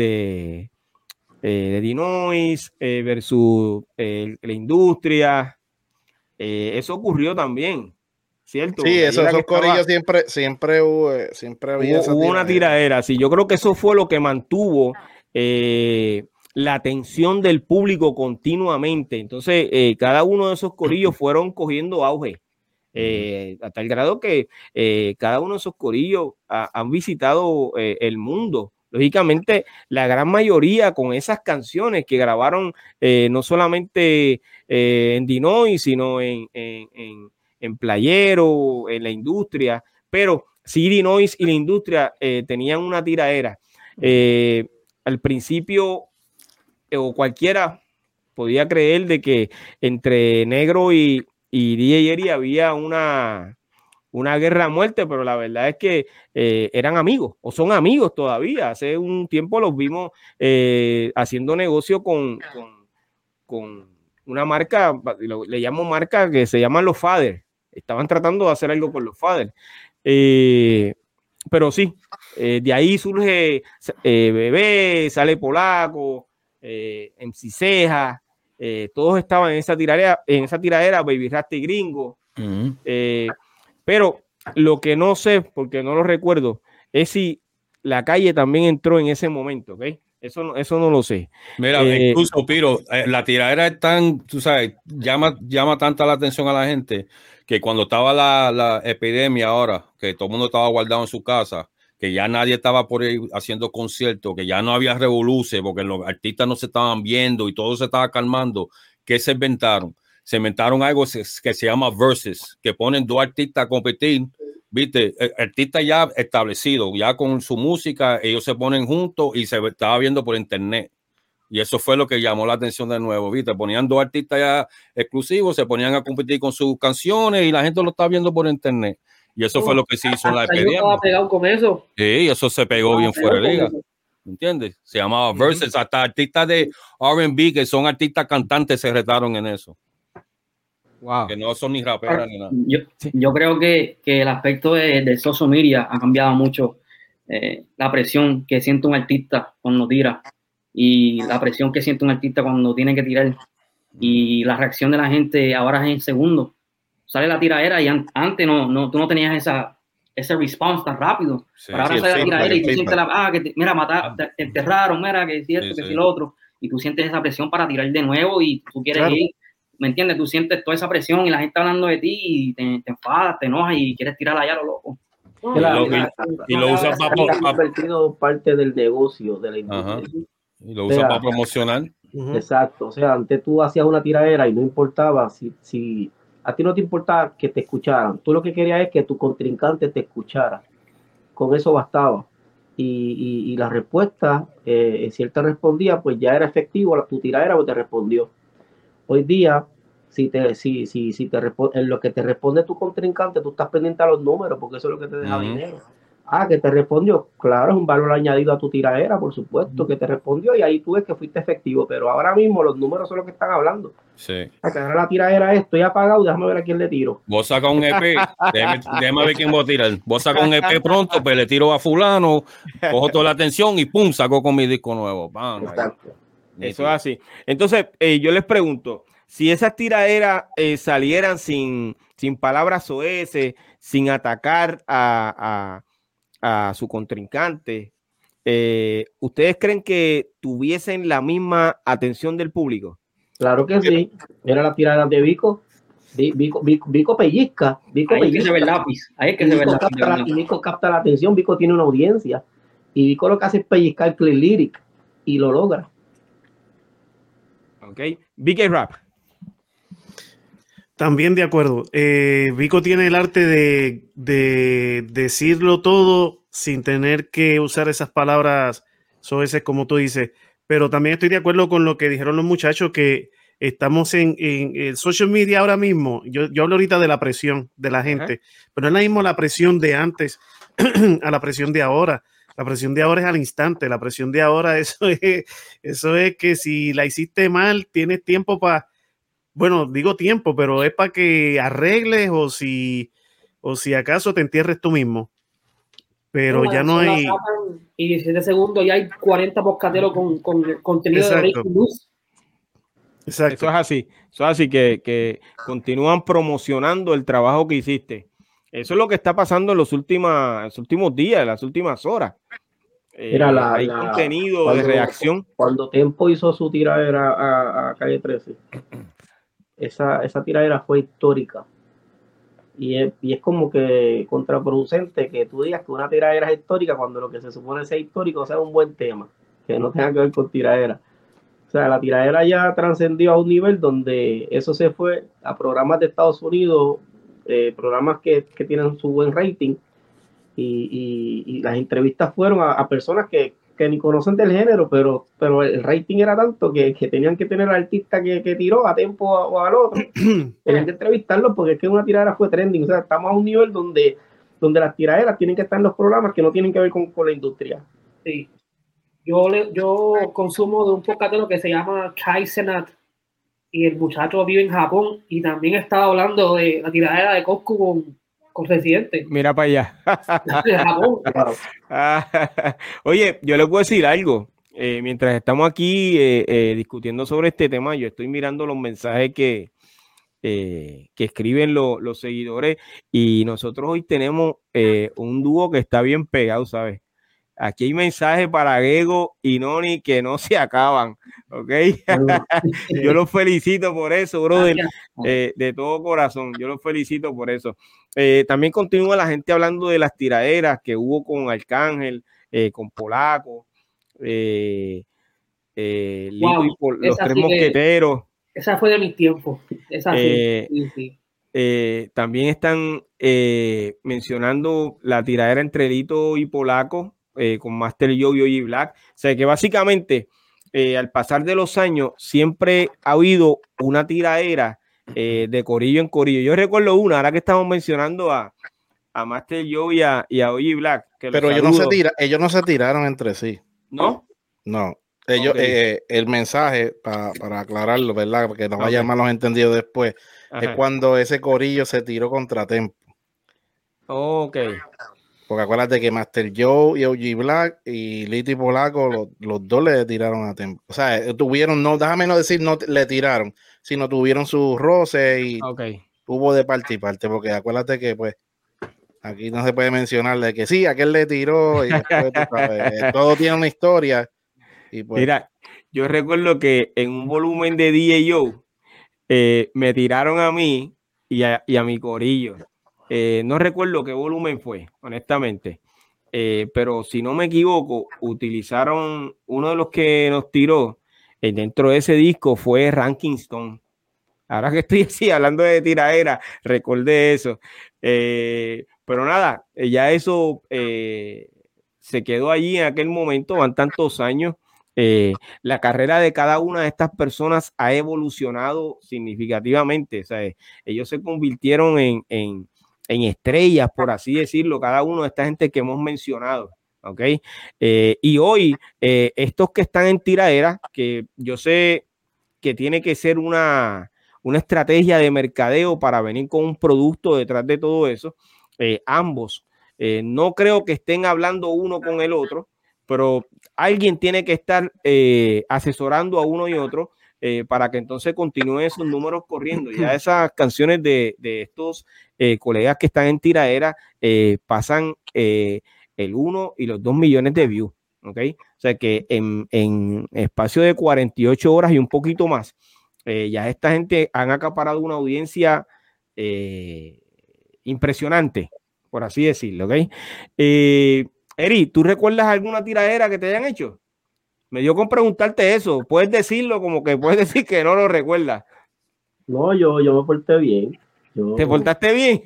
Dinois versus la industria. Eso ocurrió también, ¿cierto? Sí, esos corillos siempre hubo una tiradera. Sí, yo creo que eso fue lo que mantuvo la atención del público continuamente. Entonces, cada uno de esos corillos fueron cogiendo auge. A tal grado que cada uno de esos corillos han visitado el mundo. Lógicamente, la gran mayoría con esas canciones que grabaron no solamente en Dinois, sino en Playero, en la industria, pero sí Dinois y la industria tenían una tiradera. Al principio, o cualquiera podía creer de que entre Negro y DJ Eri había una guerra a muerte, pero la verdad es que eran amigos, o son amigos todavía. Hace un tiempo los vimos haciendo negocio con una marca, le llamo marca que se llama Los Fathers. Estaban tratando de hacer algo con Los Fathers. Pero sí, de ahí surge Bebé, sale Polaco, MC Ceja, todos estaban en esa tiradera, Baby Rasta y Gringo. Pero lo que no sé, porque no lo recuerdo, es si La Calle también entró en ese momento, ¿ok? Eso no lo sé. Mira, incluso, Piro, la tiradera es tan, tú sabes, llama tanta la atención a la gente que cuando estaba la epidemia ahora, que todo el mundo estaba guardado en su casa, que ya nadie estaba por ahí haciendo conciertos, que ya no había revoluciones porque los artistas no se estaban viendo y todo se estaba calmando, ¿qué se inventaron? Se inventaron algo que se llama versus, que ponen dos artistas a competir, ¿viste? Artistas ya establecidos, ya con su música, ellos se ponen juntos y se estaba viendo por internet. Y eso fue lo que llamó la atención de nuevo, ¿viste? Ponían dos artistas ya exclusivos, se ponían a competir con sus canciones y la gente lo estaba viendo por internet. Y eso fue lo que se hizo en la epidemia. Yo estaba pegado con eso. Sí, eso se pegó bien fuera de liga. ¿Entiendes? Se llamaba versus. Hasta artistas de R&B, que son artistas cantantes, se retaron en eso. Wow. Que no son ni raperas ni nada. Yo creo que el aspecto de social media ha cambiado mucho. La presión que siente un artista cuando tira y la presión que siente un artista cuando tiene que tirar y la reacción de la gente ahora es en segundos. Sale la tiradera y antes tú no tenías ese response tan rápido. Sí, pero ahora sale la tiradera y tú sientes te enterraron, mira, que si esto, que si lo otro. Y tú sientes esa presión para tirar de nuevo y tú quieres ir. ¿Me entiendes? Tú sientes toda esa presión y la gente hablando de ti y te enfadas, te enojas y quieres tirar allá a lo loco. Y lo usa para convertido parte del negocio de la industria. Y lo usa para promocionar. Exacto, o sea, antes tú hacías una tiradera y no importaba si a ti no te importaba que te escucharan, tú lo que querías es que tu contrincante te escuchara, con eso bastaba. Y la respuesta, si él te respondía, pues ya era efectivo, tu tiradera pues te respondió. Hoy día, en lo que te responde tu contrincante, tú estás pendiente a los números, porque eso es lo que te deja dinero. Que te respondió, claro, es un valor añadido a tu tiradera, por supuesto, que te respondió, y ahí tú ves que fuiste efectivo, pero ahora mismo los números son los que están hablando. Sí. Ahora la tiradera es, estoy apagado, déjame ver a quién le tiro. Vos sacas un EP, déjame ver quién va a tirar. Vos sacas un EP pronto, pues le tiro a fulano, cojo toda la atención y pum, saco con mi disco nuevo. Exacto. Eso es así. Entonces, yo les pregunto, si esas tiraderas salieran sin palabras soeces, sin atacar a su contrincante, ¿ustedes creen que tuviesen la misma atención del público? Claro que sí. Era la tirada de Vico. Vico pellizca. Ahí que se ve el lápiz. Ahí que se ve el lápiz. Y Vico capta la atención. Vico tiene una audiencia. Y Vico lo que hace es pellizcar Clean Lyric. Y lo logra. Ok. BK Rap. También de acuerdo. Vico tiene el arte de decirlo todo sin tener que usar esas palabras soeces como tú dices. Pero también estoy de acuerdo con lo que dijeron los muchachos, que estamos en el social media ahora mismo. Yo hablo ahorita de la presión de la gente, pero no es la misma la presión de antes a la presión de ahora. La presión de ahora es al instante. La presión de ahora, eso es que si la hiciste mal, tienes tiempo para... Bueno, digo tiempo, pero es para que arregles o si acaso te entierres tú mismo. Pero ya no hay... Y 17 segundos ya hay 40 moscateros con contenido de breaking news. Exacto. Eso es así. Eso es así que continúan promocionando el trabajo que hiciste. Eso es lo que está pasando en los últimos días, en las últimas horas. Hay contenido de reacción. Cuando Tempo hizo su tiradera a Calle 13, esa tiradera fue histórica. Y es como que contraproducente que tú digas que una tiradera es histórica cuando lo que se supone sea histórico sea un buen tema, que no tenga que ver con tiradera. O sea, la tiradera ya trascendió a un nivel donde eso se fue a programas de Estados Unidos, programas que tienen su buen rating, y las entrevistas fueron a personas que ni conocen del género, pero el rating era tanto que tenían que tener al artista que tiró a Tempo o al otro. Tenían que entrevistarlo porque es que una tiradera fue trending. O sea, estamos a un nivel donde las tiraderas tienen que estar en los programas que no tienen que ver con la industria. Sí. Yo consumo de un podcastero que se llama Kai Cenat, y el muchacho vive en Japón y también estaba hablando de la tiradera de Coscu con Residente. Mira para allá. De Japón. Oye, yo les puedo decir algo. Mientras estamos aquí discutiendo sobre este tema, yo estoy mirando los mensajes que escriben los seguidores, y nosotros hoy tenemos un dúo que está bien pegado, ¿sabes? Aquí hay mensajes para Gego y Noni que no se acaban, ¿ok? Yo los felicito por eso, brother, de todo corazón. Yo los felicito por eso. También continúa la gente hablando de las tiraderas que hubo con Arcángel, con Polaco, los tres mosqueteros. Esa fue de mis tiempos. Esa sí. También están mencionando la tiradera entre Lito y Polaco, con Master Joe y OG Black. O sea que básicamente al pasar de los años siempre ha habido una tiradera de corillo en corillo. Yo recuerdo una, ahora que estamos mencionando a Master Joe y a OG Black. Pero ellos no se tiraron entre sí. ¿No? No. Ellos, el mensaje, para aclararlo, ¿verdad? Porque no vaya mal los entendidos después, es cuando ese corillo se tiró contra Tempo. Ok. Porque acuérdate que Master Joe y OG Black y Lito y Polaco, los dos le tiraron a Tempo. O sea, tuvieron, déjame no decir no le tiraron, sino tuvieron sus roces y hubo de parte y parte. Porque acuérdate que, pues, aquí no se puede mencionar de que sí, aquel le tiró y después, tú sabes, todo tiene una historia. Y pues, mira, yo recuerdo que en un volumen de DJ Joe me tiraron a mí y a mi corillo. no recuerdo qué volumen fue, honestamente. Pero si no me equivoco, utilizaron uno de los que nos tiró dentro de ese disco fue Ranking Stone. Ahora que estoy así hablando de tiraera, recordé eso. Pero nada, ya eso se quedó allí en aquel momento, van tantos años. La carrera de cada una de estas personas ha evolucionado significativamente. O sea, ellos se convirtieron en estrellas, por así decirlo, cada uno de esta gente que hemos mencionado. ¿Ok? Y hoy, estos que están en tiraera, que yo sé que tiene que ser una estrategia de mercadeo para venir con un producto detrás de todo eso, ambos no creo que estén hablando uno con el otro, pero alguien tiene que estar asesorando a uno y otro para que entonces continúen esos números corriendo. Ya esas canciones de estos colegas que están en tiraera pasan el 1 y los 2 millones de views. ¿Okay? O sea que en espacio de 48 horas y un poquito más, ya esta gente han acaparado una audiencia impresionante, por así decirlo. ¿Okay? Eri, ¿tú recuerdas alguna tiradera que te hayan hecho? Me dio con preguntarte eso. Puedes decirlo como que puedes decir que no lo recuerdas. No, yo me porté bien. ¿Te portaste bien?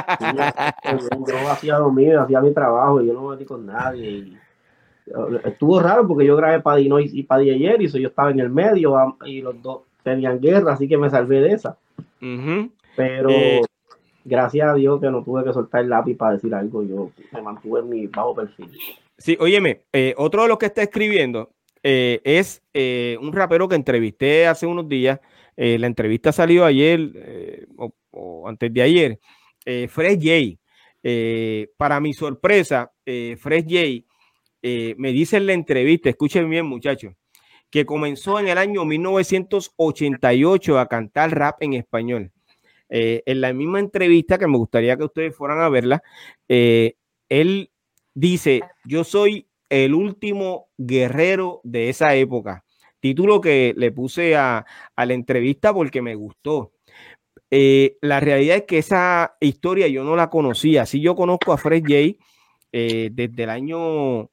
Yo hacía lo mío, hacía mi trabajo y yo no me metí con nadie. Y estuvo raro porque yo grabé para Dinois y para DJ y yo estaba en el medio y los dos tenían guerra, así que me salvé de esa. Pero gracias a Dios que no tuve que soltar el lápiz para decir algo, yo me mantuve en mi bajo perfil. Sí, óyeme, otro de los que está escribiendo es un rapero que entrevisté hace unos días. La entrevista salió ayer o antes de ayer. Fresh J. Para mi sorpresa, Fresh J me dice en la entrevista, escuchen bien muchachos, que comenzó en el año 1988 a cantar rap en español. En la misma entrevista, que me gustaría que ustedes fueran a verla, él dice, yo soy el último guerrero de esa época. Título que le puse a la entrevista porque me gustó. La realidad es que esa historia yo no la conocía. Sí, yo conozco a Fresh J desde el año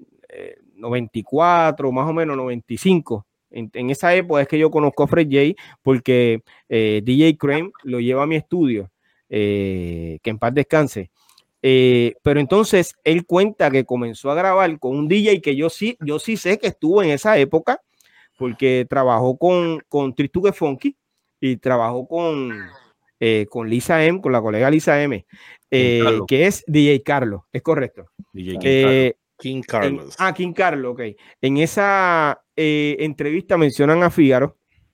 94, más o menos 95. En esa época es que yo conozco a Fresh J porque DJ Crane lo lleva a mi estudio, que en paz descanse. Pero entonces él cuenta que comenzó a grabar con un DJ que yo sí sé que estuvo en esa época porque trabajó con Tristuque Funky y trabajó con Lisa M, con la colega Lisa M, que es DJ Carlos, es correcto. DJ King Carlos. King Carlos, ok. En esa entrevista mencionan a Fígaro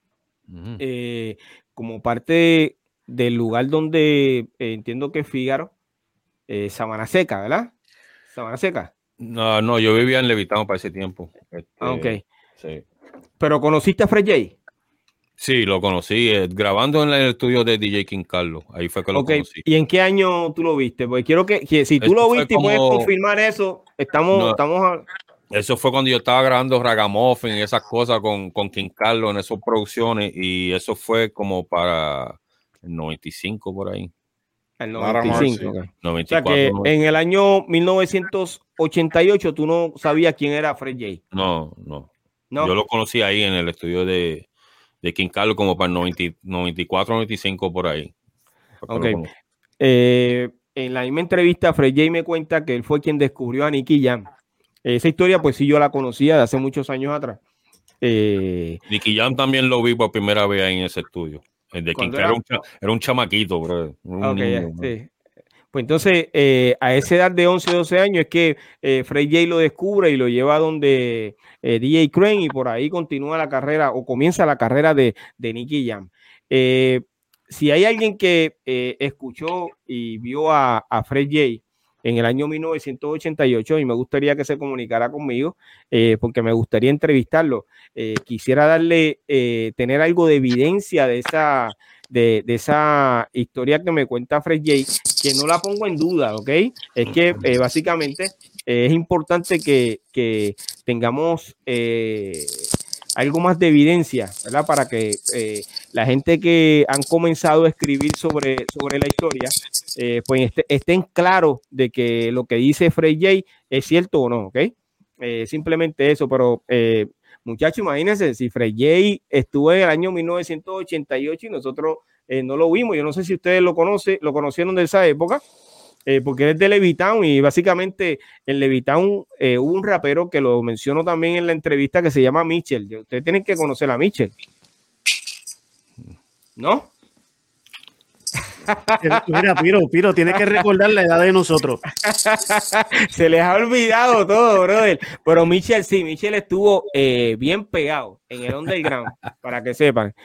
como parte del lugar donde entiendo que Fígaro, Sabana Seca, ¿verdad? Sabana Seca. No, yo vivía en Levitano para ese tiempo. Ok. Sí. ¿Pero conociste a Fresh J? Sí, lo conocí grabando en el estudio de DJ King Carlos. Ahí fue que lo conocí. ¿Y en qué año tú lo viste? Porque quiero que si tú lo viste y puedes confirmar eso, estamos Eso fue cuando yo estaba grabando Ragamuffin y esas cosas con King Carlos en esas producciones, y eso fue como para el 95 por ahí. El 95. Okay. 94, o sea que 90. En el año 1988 tú no sabías quién era Fresh J. No. Yo lo conocí ahí en el estudio de King Carlos como para el 94, 95 por ahí. Okay. En la misma entrevista, Fresh J me cuenta que él fue quien descubrió a Nicky Jam. Esa historia, pues sí, yo la conocía de hace muchos años atrás. Nicky Jam también lo vi por primera vez ahí en ese estudio. El de King Carlos era un chamaquito, bro. Sí. Pues entonces, a esa edad de 11, 12 años es que Fresh J lo descubre y lo lleva donde DJ Crane, y por ahí continúa la carrera o comienza la carrera de Nicky Jam. Si hay alguien que escuchó y vio a Fresh J en el año 1988 y me gustaría que se comunicara conmigo porque me gustaría entrevistarlo, quisiera darle, tener algo de evidencia de esa historia que me cuenta Fresh J, que no la pongo en duda, ¿ok? Es que básicamente es importante que tengamos algo más de evidencia, ¿verdad? Para que la gente que han comenzado a escribir sobre la historia, pues estén claros de que lo que dice Fred J es cierto o no, ¿ok? Simplemente eso, pero muchachos, imagínense, si Fred J estuvo en el año 1988 y nosotros no lo vimos, yo no sé si ustedes lo conocieron de esa época, porque es de Levittown y básicamente en Levittown hubo un rapero que lo menciono también en la entrevista que se llama Mitchell. Ustedes tienen que conocer a Mitchell, ¿no? Mira, Piro, tienes que recordar la edad de nosotros. Se les ha olvidado todo, brother. Pero Mitchell estuvo bien pegado en el underground, para que sepan.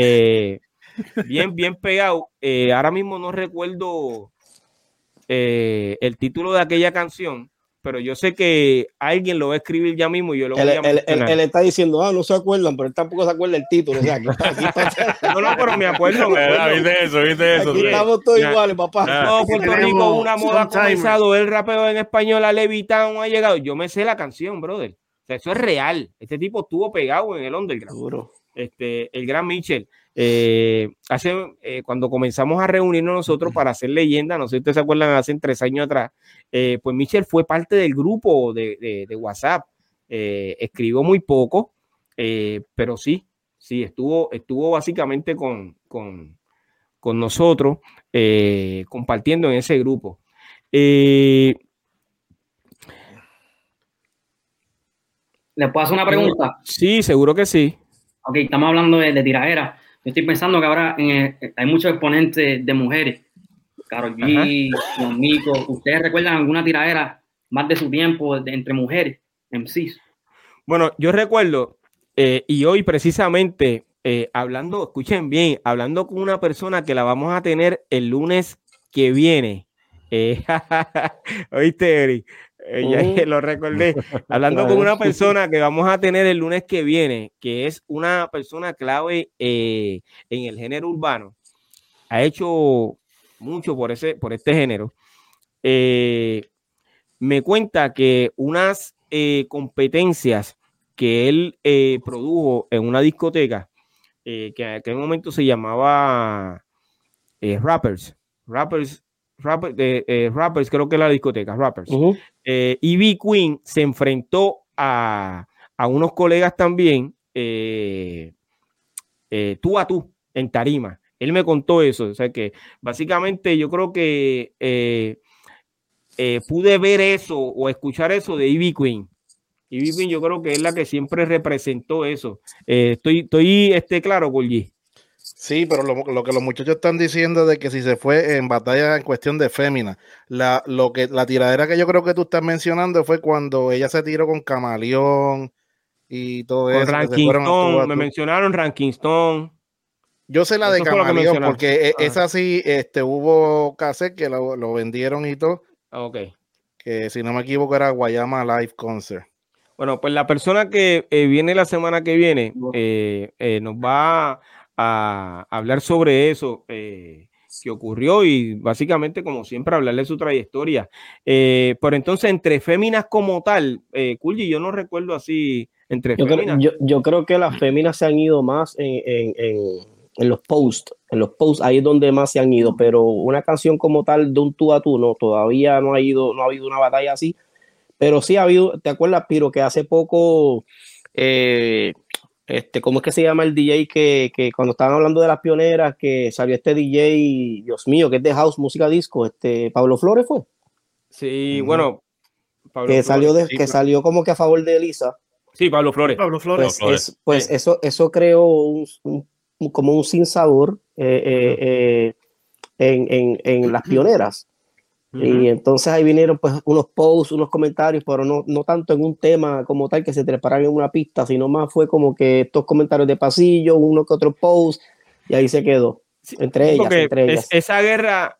Bien pegado. Ahora mismo no recuerdo el título de aquella canción, pero yo sé que alguien lo va a escribir ya mismo y yo lo voy a mencionar. Él está diciendo, no se acuerdan, pero él tampoco se acuerda el título. O sea, aquí no, pero me acuerdo. ¿Viste eso? Aquí estamos todos iguales, papá. No, Puerto Rico, una moda ha comenzado, el rapeo en español a Levittown ha llegado. Yo me sé la canción, brother. O sea, eso es real. Este tipo estuvo pegado en el underground. Seguro. El gran Mitchell. Cuando comenzamos a reunirnos nosotros para hacer leyenda, no sé si ustedes se acuerdan, hace 3 años atrás, pues Mitchell fue parte del grupo de WhatsApp. Escribió muy poco, pero sí, estuvo básicamente con nosotros, compartiendo en ese grupo. ¿Le puedo hacer una pregunta? Sí, seguro que sí. Ok, estamos hablando de tiradera. Yo estoy pensando que ahora hay muchos exponentes de mujeres. Karol G, Don Mico. ¿Ustedes recuerdan alguna tiradera más de su tiempo entre mujeres, MCs? Bueno, yo recuerdo, y hoy precisamente, escuchen bien, hablando con una persona que la vamos a tener el lunes que viene. ¿Oíste, Eric? Ya lo recordé. Hablando con una persona que vamos a tener el lunes que viene, que es una persona clave en el género urbano. Ha hecho mucho por este género. Me cuenta que unas competencias que él produjo en una discoteca, que en aquel momento se llamaba Rappers, creo que era la discoteca, Rappers. Ivy Queen se enfrentó a unos colegas también, tú a tú, en tarima. Él me contó eso, o sea que básicamente yo creo que pude ver eso o escuchar eso de Ivy Queen. Ivy Queen yo creo que es la que siempre representó eso. Estoy claro, Golgi. Sí, pero lo que los muchachos están diciendo de que si se fue en batalla en cuestión de fémina, la tiradera que yo creo que tú estás mencionando fue cuando ella se tiró con Camaleón y todo con eso. Ranking Stone, me mencionaron Ranking Stone. Yo sé la de Camaleón porque esa sí, hubo cassette que lo vendieron y todo. Ok. Que si no me equivoco era Guayama Live Concert. Bueno, pues la persona que viene la semana que viene nos va a hablar sobre eso que ocurrió y básicamente, como siempre, hablarle de su trayectoria. Pero entonces, entre féminas como tal, Kulji, yo no recuerdo así entre féminas. Yo creo que las féminas se han ido más en los posts. En los posts, ahí es donde más se han ido. Pero una canción como tal de un tú a tú, no, todavía no ha habido una batalla así. Pero sí ha habido, ¿te acuerdas, Piro, que hace poco, ¿cómo es que se llama el DJ que cuando estaban hablando de las pioneras, que salió este DJ, Dios mío, que es de House, música disco, Pablo Flores fue? Sí, bueno. Pablo Flores, salió como que a favor de Elisa. Sí, Pablo Flores. Pues eso creó como un sinsabor en las pioneras. Y entonces ahí vinieron pues unos posts, unos comentarios, pero no tanto en un tema como tal que se treparan en una pista, sino más fue como que estos comentarios de pasillo, uno que otro post, y ahí se quedó. Entre ellas. Esa guerra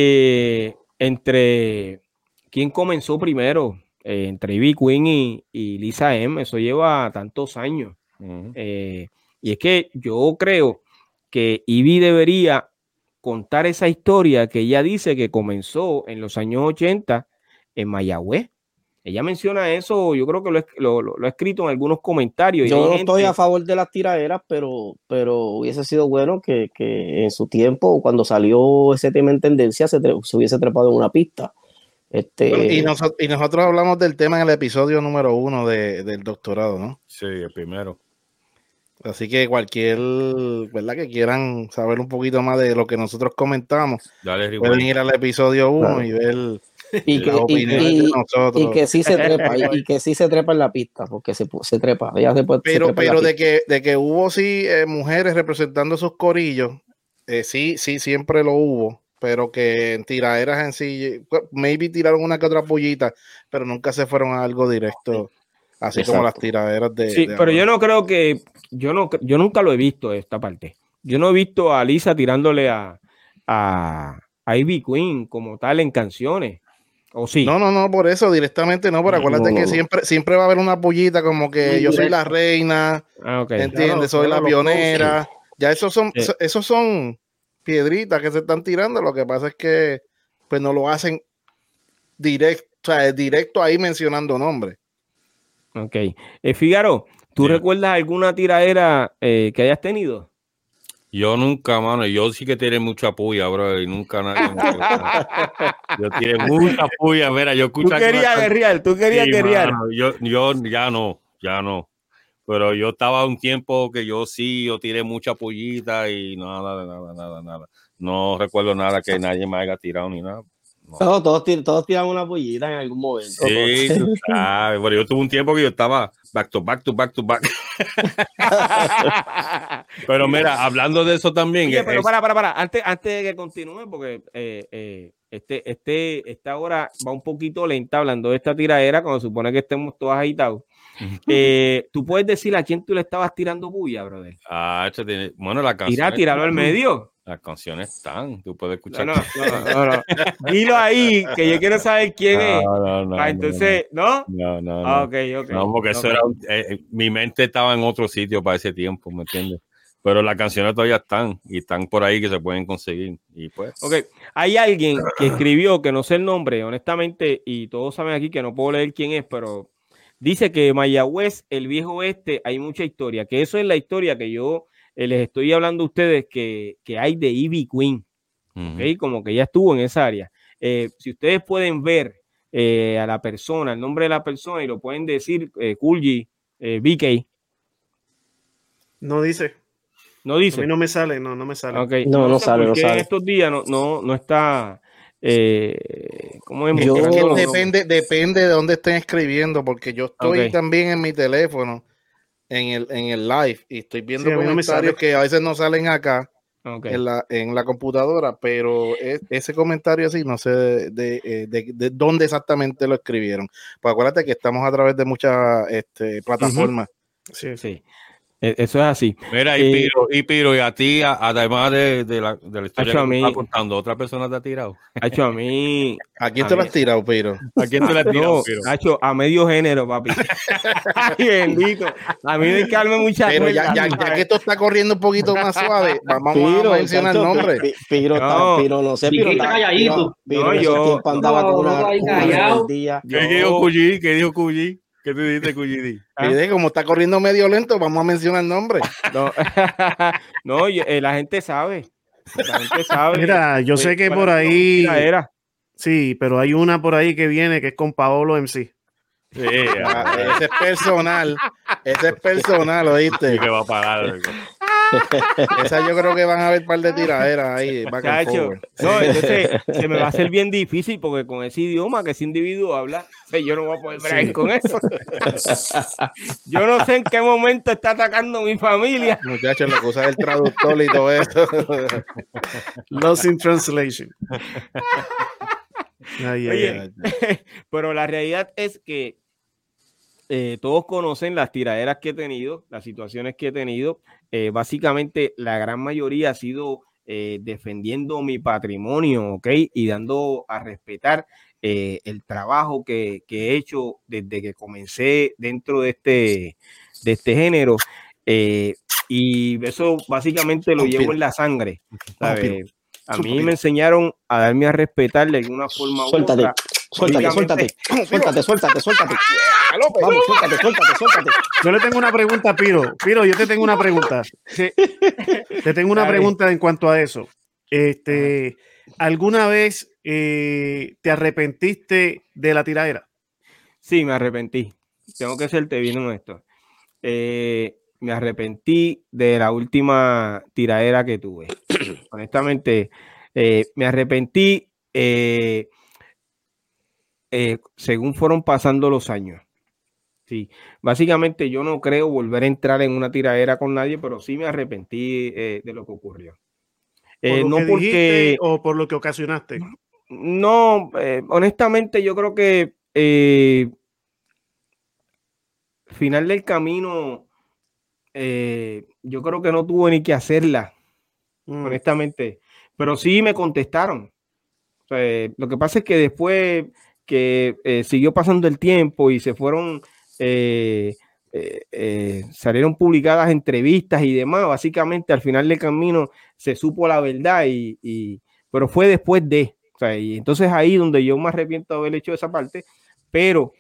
entre quién comenzó primero, entre Ivy Queen y Lisa M, eso lleva tantos años. Y es que yo creo que Ivy debería contar esa historia que ella dice que comenzó en los años 80 en Mayagüez. ella menciona eso, yo creo que lo ha escrito en algunos comentarios. Yo no estoy a favor de las tiraderas, pero hubiese sido bueno que en su tiempo, cuando salió ese tema en tendencia, se hubiese trepado en una pista. Y nosotros hablamos del tema en el episodio número 1 del doctorado, ¿no? Sí, el primero. Así que cualquier, ¿verdad? Que quieran saber un poquito más de lo que nosotros comentamos, pueden ir al episodio 1 y ver las opiniones de nosotros. Y que sí se trepa, y que sí se trepa en la pista, porque se trepa. Pero de que hubo mujeres representando sus corillos, sí, siempre lo hubo, pero que en tiraderas en sí, maybe tiraron una que otra pollita, pero nunca se fueron a algo directo. Así Exacto. Como las tiraderas de... Sí, pero yo no creo que... Yo nunca lo he visto esta parte. Yo no he visto a Lisa tirándole a Ivy Queen como tal en canciones. ¿O sí? No, por eso directamente no, pero acuérdate que siempre va a haber una pollita como que yo soy la reina, ¿entiendes? Claro, soy la pionera. Ya esos son piedritas que se están tirando. Lo que pasa es que pues no lo hacen directo ahí mencionando nombres. Ok. Fígaro, ¿tú recuerdas alguna tiradera que hayas tenido? Yo nunca, mano. Yo sí que tiré mucha puya, bro. Y nunca nadie. Yo tiré mucha puya. Mira, yo escuché. Tú querías guerrear. Yo ya no. Pero yo estaba un tiempo que yo tiré mucha pullita y nada. No recuerdo nada que nadie me haya tirado ni nada. No, todos tiran una pollita en algún momento. Sí, tú sabes. Bueno, yo tuve un tiempo que yo estaba back to back. Pero mira, hablando de eso también. Oye, pero para. Antes de que continúe, porque esta hora va un poquito lenta hablando de esta tiradera, cuando se supone que estemos todos agitados. ¿Tú puedes decir a quién tú le estabas tirando bulla, brother? Bueno, la canción. Tíralo al medio. Las canciones están, tú puedes escuchar. No. Dilo ahí, que yo quiero saber quién es. Entonces, ¿no? No. Ok. No, porque eso era mi mente estaba en otro sitio para ese tiempo, ¿me entiendes? Pero las canciones todavía están y están por ahí que se pueden conseguir. Y pues. Ok, hay alguien que escribió, que no sé el nombre, honestamente, y todos saben aquí que no puedo leer quién es, pero dice que Mayagüez, el viejo oeste, hay mucha historia, que eso es la historia que yo les estoy hablando a ustedes que hay de Ivy Queen, ¿okay? Como que ella estuvo en esa área. Si ustedes pueden ver a la persona, el nombre de la persona y lo pueden decir, Kulji, BK. No dice. No dice. A mí no me sale, no me sale. Okay. No sale. Porque en estos días no está... ¿cómo es? Depende de dónde estén escribiendo, porque yo estoy también en mi teléfono en el live y estoy viendo comentarios que a veces no salen acá en la computadora, pero ese comentario así no sé de dónde exactamente lo escribieron. Pues acuérdate que estamos a través de muchas plataformas. Sí. Eso es así. Mira, y Piro, y a ti, además de la historia que me está contando, ¿otra persona te ha tirado? Hacho, a mí... ¿A quién te lo has tirado, Piro? ¿A quién te lo has tirado, Piro? Hacho, a medio género, papi. Ay, bendito. A mí me calma mucha Pero ya que esto está corriendo un poquito más suave, vamos a mencionar el nombre. Piro, no sé. Piro está calladito. Yo andaba con una día. ¿Qué dijo Cuyi? ¿Qué te dice, Cuyidi? Como está corriendo medio lento, vamos a mencionar el nombre. No, la gente sabe. Mira, yo sé que por ahí... Sí, pero hay una por ahí que viene que es con Paolo MC. Sí, ese es personal, ¿oíste? Sí, que va a parar. Esa yo creo que van a haber un par de tiraderas ahí. No, entonces se me va a hacer bien difícil porque con ese idioma que ese individuo habla, yo no voy a poder bregar con eso. Yo no sé en qué momento está atacando mi familia. Muchachos, la cosa del traductor y todo eso. Lost in translation. Oye, pero la realidad es que todos conocen las tiraderas que he tenido, las situaciones que he tenido. Básicamente la gran mayoría ha sido defendiendo mi patrimonio, ¿ok? Y dando a respetar el trabajo que he hecho desde que comencé dentro de este género. Y eso básicamente lo llevo en la sangre, ¿sabes? A mí me enseñaron a darme a respetar de alguna forma u otra. Suéltate. Vamos, suéltate. Yo le tengo una pregunta a Piro. Piro, yo te tengo una pregunta. Te tengo una pregunta en cuanto a eso. ¿Alguna vez te arrepentiste de la tiradera? Sí, me arrepentí. Tengo que serte bien honesto. Me arrepentí de la última tiradera que tuve. Honestamente, me arrepentí según fueron pasando los años. Sí, básicamente yo no creo volver a entrar en una tiradera con nadie, pero sí me arrepentí de lo que ocurrió. ¿Por lo que dijiste o por lo que ocasionaste? No, honestamente yo creo que final del camino, yo creo que no tuve ni que hacerla, honestamente, pero sí me contestaron. O sea, lo que pasa es que después que siguió pasando el tiempo y se fueron, salieron publicadas entrevistas y demás, básicamente al final del camino se supo la verdad, pero fue después de, o sea, y entonces ahí donde yo me arrepiento de haber hecho esa parte, pero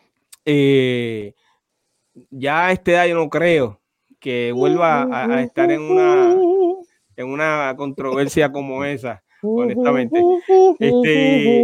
ya a esta edad yo no creo que vuelva a estar en una controversia como esa, honestamente. Es lo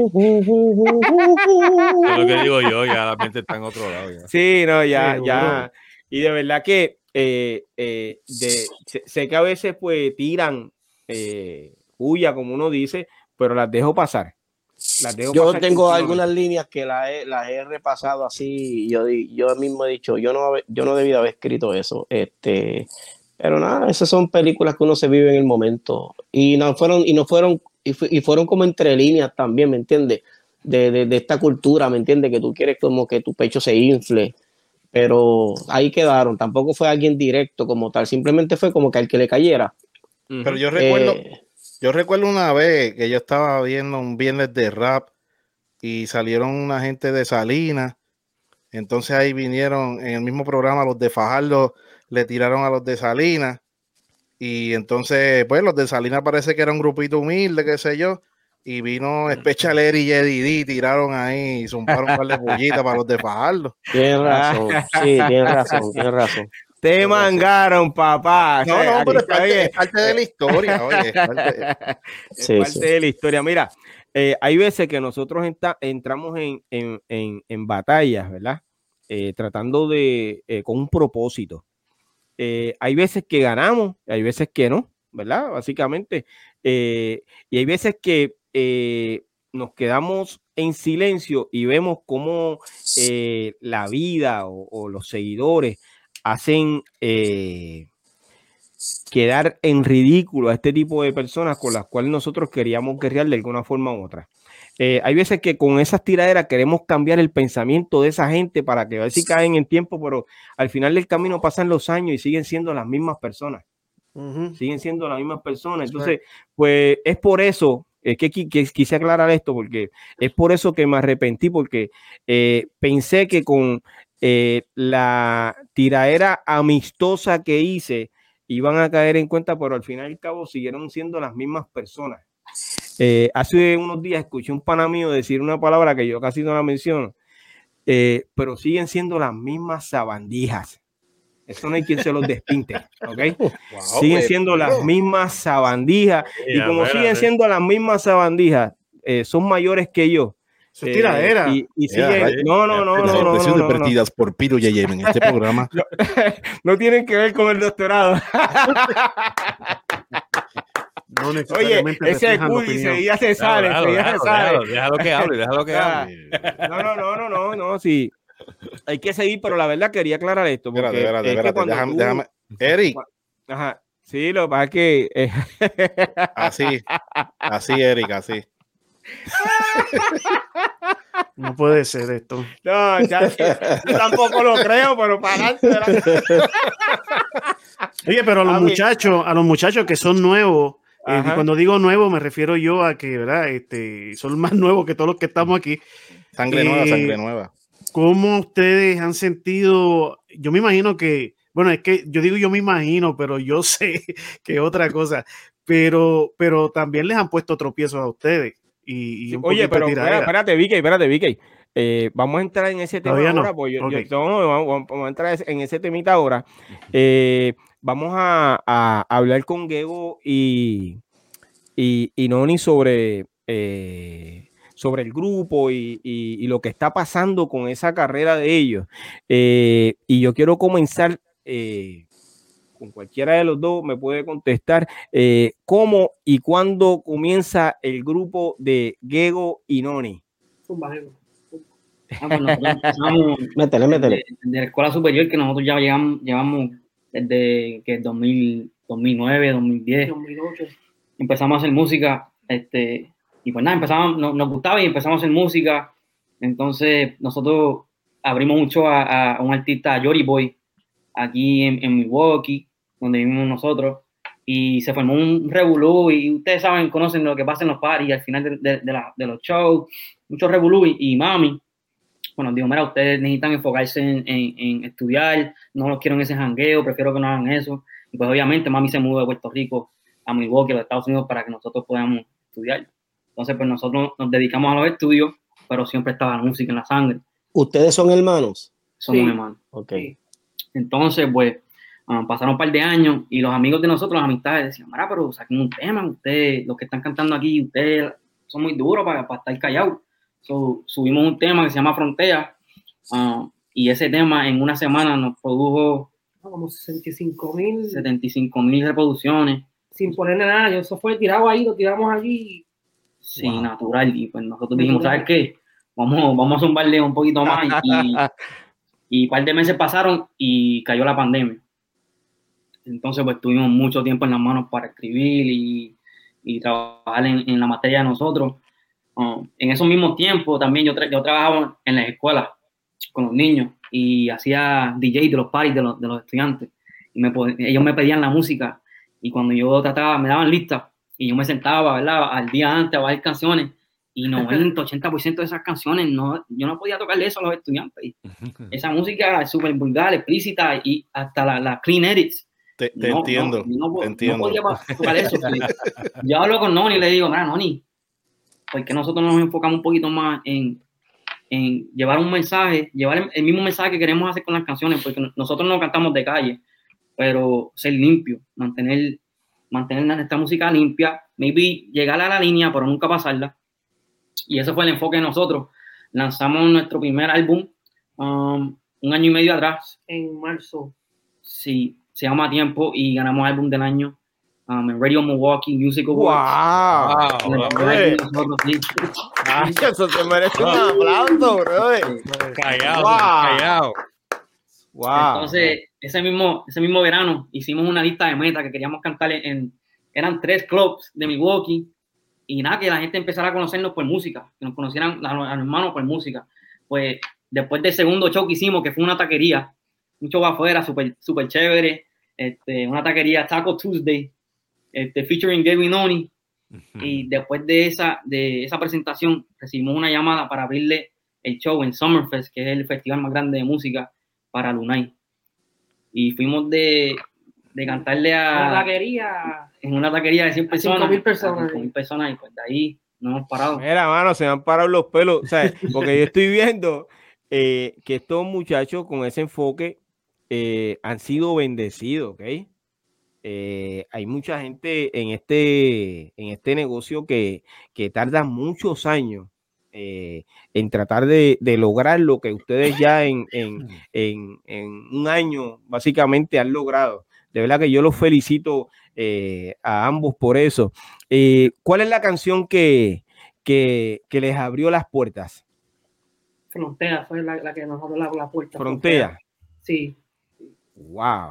que digo yo, ya la mente está en otro lado. Ya. Sí, no, ya. Y de verdad que sé que a veces pues tiran huya, como uno dice, pero las dejo pasar. Yo tengo algunas líneas que las he repasado así. Yo mismo he dicho, yo no debí haber escrito eso. Pero nada, esas son películas que uno se vive en el momento. Y fueron como entre líneas también, ¿me entiendes? De esta cultura, ¿me entiendes? Que tú quieres como que tu pecho se infle. Pero ahí quedaron. Tampoco fue alguien directo como tal. Simplemente fue como que al que le cayera. Pero yo recuerdo una vez que yo estaba viendo un viernes de rap y salieron una gente de Salinas. Entonces ahí vinieron en el mismo programa los de Fajardo, le tiraron a los de Salinas. Y entonces, pues los de Salinas parece que era un grupito humilde, qué sé yo. Y vino Special Eri y Eddie D, tiraron ahí y zumbaron un par de pollitas para los de Fajardo. Tienes razón, sí, tienes razón. Te mangaron, papá. No, pero es parte de la historia. Oye, es parte de la historia. Mira, hay veces que nosotros entramos en batallas, ¿verdad? Tratando con un propósito. Hay veces que ganamos, hay veces que no, ¿verdad? Básicamente. Y hay veces que nos quedamos en silencio y vemos cómo la vida o los seguidores hacen quedar en ridículo a este tipo de personas con las cuales nosotros queríamos guerrear de alguna forma u otra. Hay veces que con esas tiraderas queremos cambiar el pensamiento de esa gente para que a ver si caen en tiempo, pero al final del camino pasan los años y siguen siendo las mismas personas. Siguen siendo las mismas personas. Entonces, pues es por eso que quise aclarar esto, porque es por eso que me arrepentí, porque pensé que con la tiradera amistosa que hice iban a caer en cuenta, pero al final y al cabo siguieron siendo las mismas personas. Hace unos días escuché un pana mío decir una palabra que yo casi no la menciono, pero siguen siendo las mismas sabandijas. Eso no hay quien se los despinte, ¿ok? Wow, siguen siendo las mismas sabandijas, y como siguen siendo las mismas sabandijas, son mayores que yo. Tiradera. Y siguen. No. Vertidas por Piro y en este programa. No tienen que ver con el doctorado. No necesariamente. Oye, ese Cudi seguía se sale. Déjalo que hable. No, sí. Hay que seguir, pero la verdad quería aclarar esto. Porque espérate, déjame. Eric. Ajá. Sí, lo que pasa es que. Así, Eric, así. No puede ser esto. No, yo tampoco lo creo, pero para adelante. Oye, pero a los muchachos que son nuevos, cuando digo nuevo me refiero yo a que, ¿verdad? Son más nuevos que todos los que estamos aquí. Sangre nueva. ¿Cómo ustedes han sentido? Yo me imagino que, bueno, es que yo digo yo me imagino, pero yo sé que otra cosa, pero también les han puesto tropiezos a ustedes. y sí, oye, pero espérate, Vicky. Vamos a entrar en ese tema ahora, pues vamos a entrar en ese temita ahora. Vamos a hablar con Gego y Noni sobre el grupo y lo que está pasando con esa carrera de ellos. Y yo quiero comenzar con cualquiera de los dos, me puede contestar cómo y cuándo comienza el grupo de Gego y Noni. Métele. De la escuela superior, que nosotros ya llevamos desde que 2009, 2010. 2008. Empezamos a hacer música, y pues nada, nos gustaba y empezamos a hacer música. Entonces nosotros abrimos mucho a un artista, Jory Boy, aquí en Milwaukee, donde vivimos nosotros, y se formó un revolú, y ustedes saben, conocen lo que pasa en los parties al final de los shows, mucho revolú, y mami, bueno, digo, mira, ustedes necesitan enfocarse en estudiar, no los quiero en ese jangueo, prefiero que no hagan eso. Y pues obviamente mami se mudó de Puerto Rico a Milwaukee, a los Estados Unidos, para que nosotros podamos estudiar. Entonces, pues nosotros nos dedicamos a los estudios, pero siempre estaba la música en la sangre. ¿Ustedes son hermanos? Somos hermanos. Ok. Entonces, pues, pasaron un par de años y los amigos de nosotros, las amistades, decían, mira, pero saquen un tema, ustedes, los que están cantando aquí, ustedes son muy duros para estar callados. So, subimos un tema que se llama Frontera, y ese tema en una semana nos produjo como 75,000 reproducciones. Sin ponerle nada, eso fue tirado ahí, lo tiramos allí. Sí, wow. Natural. Y pues nosotros dijimos, ¿sabes qué? Vamos a zumbarle un poquito más. Y un par de meses pasaron y cayó la pandemia. Entonces, pues tuvimos mucho tiempo en las manos para escribir y trabajar en la materia de nosotros. En esos mismos tiempos también yo trabajaba en las escuelas con los niños y hacía DJ de los parties de los estudiantes. Y ellos me pedían la música, y cuando yo me daban listas y yo me sentaba, ¿verdad?, al día antes a bailar canciones, y 90-80% de esas canciones yo no podía tocarle eso a los estudiantes. Y esa música es súper vulgar, explícita, y hasta la clean edits. Te entiendo. No podía tocar eso. Yo hablo con Noni y le digo, mira, Noni, porque nosotros nos enfocamos un poquito más en llevar un mensaje, llevar el mismo mensaje que queremos hacer con las canciones, porque nosotros no cantamos de calle, pero ser limpio, mantener esta música limpia, maybe llegar a la línea, pero nunca pasarla. Y ese fue el enfoque de nosotros. Lanzamos nuestro primer álbum un año y medio atrás. En marzo. Sí, se llama Tiempo, y ganamos álbum del año en Radio Milwaukee Music Awards. ¡Wow! Eso se merece un aplauso, bro. Callado. Wow. Entonces, ese mismo verano hicimos una lista de metas que queríamos cantar eran 3 clubs de Milwaukee, y nada, que la gente empezara a conocernos por música, que nos conocieran a los hermanos por música. Pues después del segundo show que hicimos, que fue una taquería, un show afuera, súper chévere, una taquería, Taco Tuesday, featuring Gary Noni. Y después de esa presentación recibimos una llamada para abrirle el show en Summerfest, que es el festival más grande de música para Lunay. Y fuimos de cantarle en una taquería de 100 personas, 5,000 personas. 5,000 personas, y pues de ahí no hemos parado. Mira, mano, se me han parado los pelos, ¿sabes? Porque yo estoy viendo que estos muchachos con ese enfoque han sido bendecidos, ¿ok? Hay mucha gente en este negocio que tarda muchos años en tratar de lograr lo que ustedes ya en un año básicamente han logrado. De verdad que yo los felicito a ambos por eso. ¿Cuál es la canción que les abrió las puertas? Frontera fue la que nos abrió la puerta. Frontera. Sí. Wow.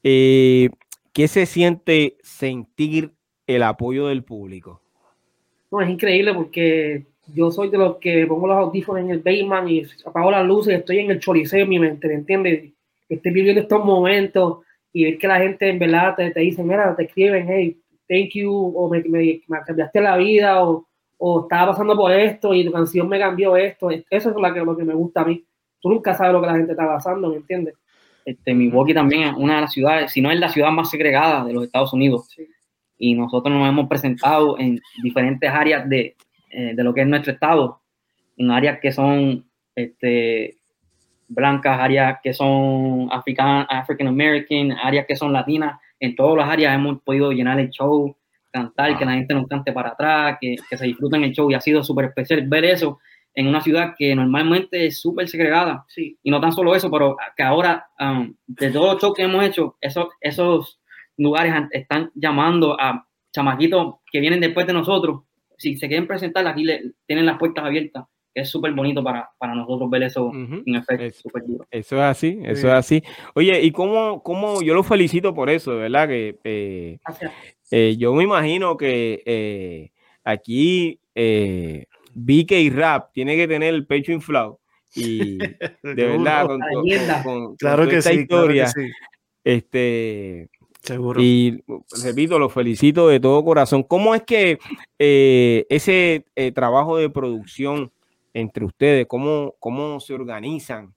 ¿Qué se siente sentir el apoyo del público? No, es increíble, porque yo soy de los que pongo los audífonos en el basement y apago las luces y estoy en el choriceo en mi mente, ¿me entiendes? Estoy viviendo estos momentos y ver que la gente en verdad te dice, mira, te escriben, hey, thank you, o me cambiaste la vida, o estaba pasando por esto y tu canción me cambió esto. Eso es lo que me gusta a mí. Tú nunca sabes lo que la gente está pasando, ¿me entiendes? Milwaukee también es una de las ciudades, si no es la ciudad más segregada de los Estados Unidos. Sí. Y nosotros nos hemos presentado en diferentes áreas de de lo que es nuestro estado, en áreas que son blancas, áreas que son African American, áreas que son latinas. En todas las áreas hemos podido llenar el show, cantar, que la gente nos cante para atrás, que se disfruten el show, y ha sido súper especial ver eso en una ciudad que normalmente es súper segregada. Sí. Y no tan solo eso, pero que ahora, de todos los shows que hemos hecho, esos lugares están llamando a chamaquitos que vienen después de nosotros. Si se quieren presentar, aquí tienen las puertas abiertas. Es súper bonito para nosotros ver eso en efecto, súper duro. Eso es así, eso es así. Oye, y cómo yo lo felicito por eso, de verdad que yo me imagino que aquí BK Rap tiene que tener el pecho inflado y de verdad con claro que esta sí, historia, claro que sí. Seguro. Y repito, lo felicito de todo corazón. ¿Cómo es que ese trabajo de producción entre ustedes, cómo se organizan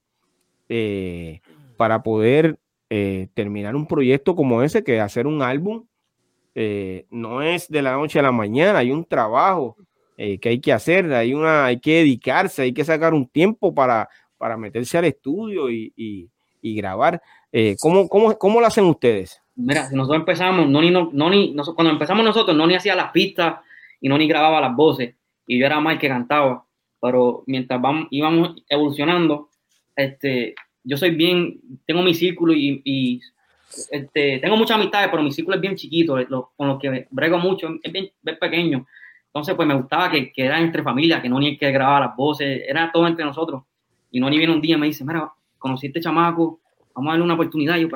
para poder terminar un proyecto como ese, que hacer un álbum no es de la noche a la mañana, hay un trabajo que hay que hacer, hay que dedicarse, hay que sacar un tiempo para meterse al estudio y grabar. ¿Cómo lo hacen ustedes? Mira, si nosotros empezamos, cuando empezamos nosotros, Noni hacía las pistas y Noni grababa las voces, y yo era Mike que cantaba, pero mientras íbamos evolucionando, yo tengo mi círculo y tengo muchas amistades, pero mi círculo es bien chiquito, con los que brego mucho, es bien pequeño. Entonces, pues me gustaba que era entre familia, que Noni es que grababa las voces, era todo entre nosotros. Y Noni viene un día y me dice, mira, conocí a este chamaco, vamos a darle una oportunidad. Y yo,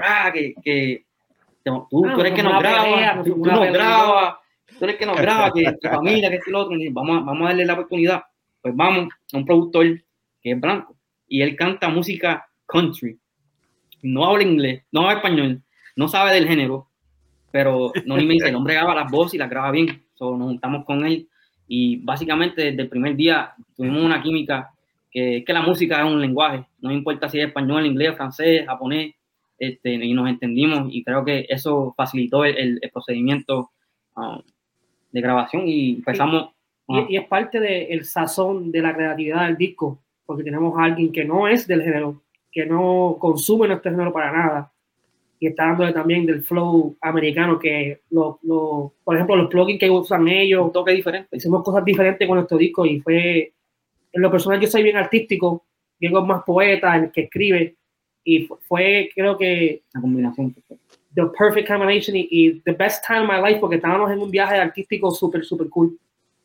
tú eres que nos graba, tú eres que nos graba, que tu familia, que esto y lo otro. Y vamos a darle la oportunidad. Pues vamos a un productor que es blanco y él canta música country. No habla inglés, no habla español, no sabe del género, pero Noni me dice, el hombre graba las voces y las graba bien. Nos juntamos con él y básicamente desde el primer día tuvimos una química que la música es un lenguaje, no importa si es español, inglés, francés, japonés, y nos entendimos, y creo que eso facilitó el procedimiento de grabación y empezamos. Y es parte del sazón de la creatividad del disco, porque tenemos a alguien que no es del género, que no consume nuestro género para nada, y está dándole también del flow americano, que por ejemplo los plugins que usan ellos, un toque diferente. Hicimos cosas diferentes con nuestro disco y fue, en lo personal yo soy bien artístico, Diego es más poeta, el que escribe, y fue creo que la combinación the perfect combination y the best time of my life, porque estábamos en un viaje artístico súper cool.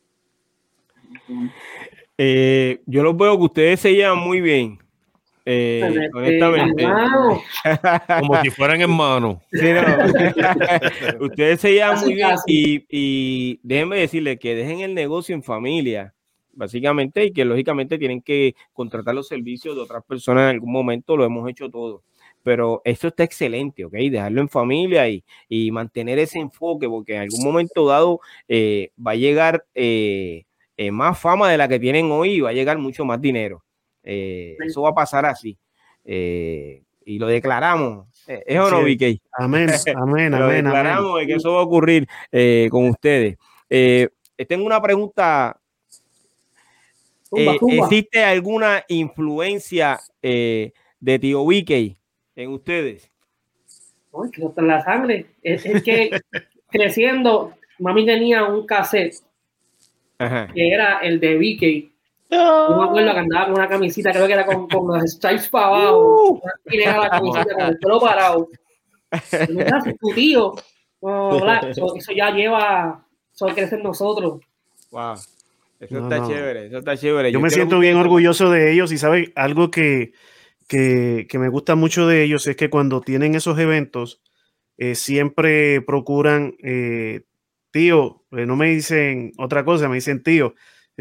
Yo los veo que ustedes se llevan muy bien. Honestamente, como si fueran hermanos. Sí, no. Ustedes se llevan muy bien y déjenme decirles que dejen el negocio en familia, básicamente, y que lógicamente tienen que contratar los servicios de otras personas en algún momento. Lo hemos hecho todo, pero esto está excelente, ¿ok? Dejarlo en familia y mantener ese enfoque, porque en algún momento dado va a llegar más fama de la que tienen hoy y va a llegar mucho más dinero. Eso va a pasar así y lo declaramos. ¿Es o no, BK? Amén. Lo declaramos de que eso va a ocurrir con ustedes. Tengo una pregunta. ¿Existe alguna influencia de tío BK en ustedes? No, es que no está en la sangre. Es que creciendo, mami tenía un cassette que era el de BK. Yo me acuerdo que andaba con una camisita, creo que era con los stripes para abajo, y le daba la camisita con el pelo parado. Y me dice, tu tío, eso ya lleva, eso crece en nosotros. Wow, eso está chévere, eso está chévere. Yo me siento bien orgulloso de ellos, y ¿sabes? Algo que me gusta mucho de ellos es que cuando tienen esos eventos, siempre procuran, tío, no me dicen otra cosa, me dicen tío,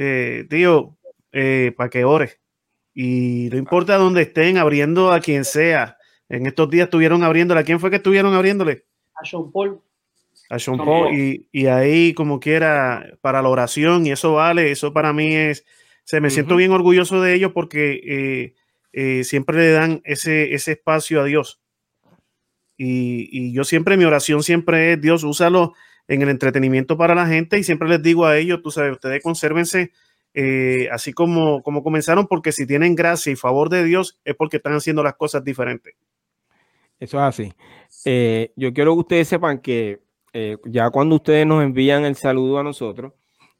para que ore, y no importa dónde estén, abriendo a quien sea. En estos días estuvieron abriéndole. ¿A quién fue que estuvieron abriéndole? A Sean Paul. A Sean Paul, y ahí como quiera para la oración, y eso vale, eso para mí es, me siento bien orgulloso de ellos, porque siempre le dan ese espacio a Dios, y yo siempre, mi oración siempre es, Dios, úsalo en el entretenimiento para la gente, y siempre les digo a ellos, tú sabes, ustedes consérvense así como comenzaron, porque si tienen gracia y favor de Dios es porque están haciendo las cosas diferentes. Eso es así. Yo quiero que ustedes sepan que ya cuando ustedes nos envían el saludo a nosotros,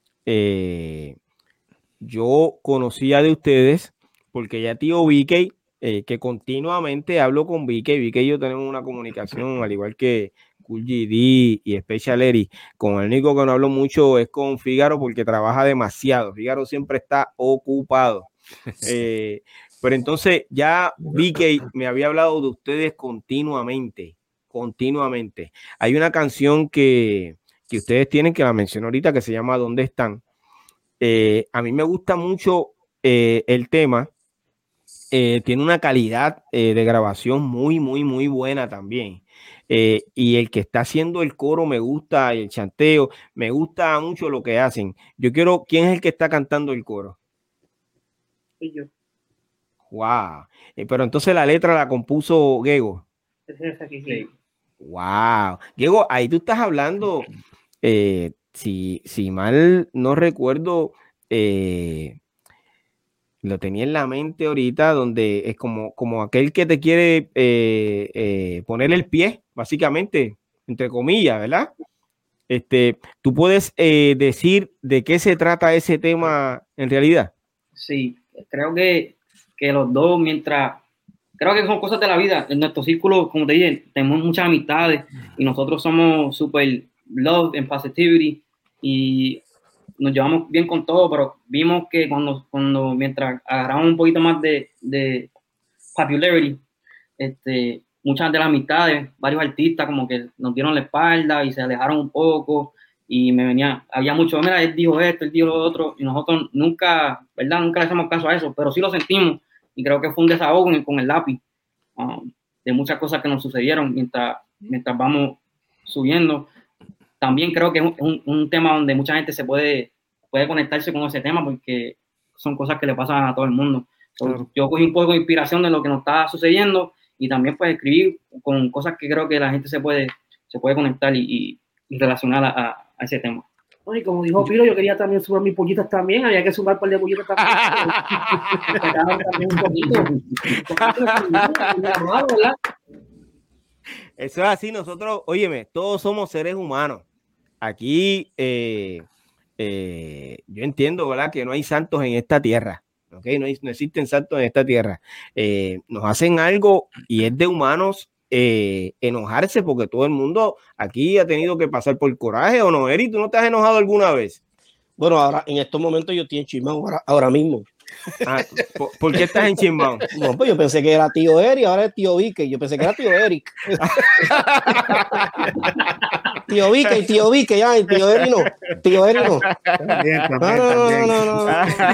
yo conocía de ustedes porque ya tío Vicky, que continuamente hablo con Vicky y yo tenemos una comunicación, al igual que Cool GD y Special Eri. Con el único que no hablo mucho es con Fígaro, porque trabaja demasiado. Fígaro siempre está ocupado. Pero entonces ya Vicky me había hablado de ustedes continuamente. Hay una canción que ustedes tienen, que la menciono ahorita, que se llama ¿Dónde están? A mí me gusta mucho el tema. Tiene una calidad de grabación muy buena también. Y el que está haciendo el coro me gusta, el chanteo, me gusta mucho lo que hacen. Yo quiero, ¿quién es el que está cantando el coro? Y yo. Wow. Pero entonces la letra la compuso Gego. Sí. Wow. Gego, ahí tú estás hablando, si mal no recuerdo, lo tenía en la mente ahorita, donde es como aquel que te quiere poner el pie, básicamente, entre comillas, ¿verdad? ¿Tú puedes decir de qué se trata ese tema en realidad? Sí, creo que los dos, creo que son cosas de la vida. En nuestro círculo, como te dije, tenemos muchas amistades y nosotros somos super love and positivity y nos llevamos bien con todo, pero vimos que mientras agarramos un poquito más de popularity, muchas de las amistades, varios artistas como que nos dieron la espalda y se alejaron un poco, y había mucho, mira, él dijo esto, él dijo lo otro, y nosotros nunca le hacemos caso a eso, pero sí lo sentimos, y creo que fue un desahogo con el lápiz, de muchas cosas que nos sucedieron mientras vamos subiendo. También creo que es un tema donde mucha gente se puede conectarse con ese tema, porque son cosas que le pasan a todo el mundo. Claro. Yo cogí un poco de inspiración de lo que nos está sucediendo, y también pues escribir con cosas que creo que la gente se puede conectar y relacionar a ese tema. Y como dijo Piro, yo quería también sumar mis pollitas también, había que sumar un par de pollitas también. Un poquito, ¿verdad? Eso es así, nosotros, óyeme, todos somos seres humanos. Aquí yo entiendo, ¿verdad?, que no hay santos en esta tierra. Okay, no existen santos en esta tierra. Nos hacen algo y es de humanos enojarse, porque todo el mundo aquí ha tenido que pasar por coraje, ¿o no, Eri? ¿Tú no te has enojado alguna vez? Bueno, ahora en estos momentos yo estoy enchismado ahora mismo. ¿Por qué estás enchismado? No, pues yo pensé que era tío Eri, ahora es tío Vicky. Yo pensé que era tío Eric. Tío Vicky, ya, y tío Eri no. Tío Eri no. También. No.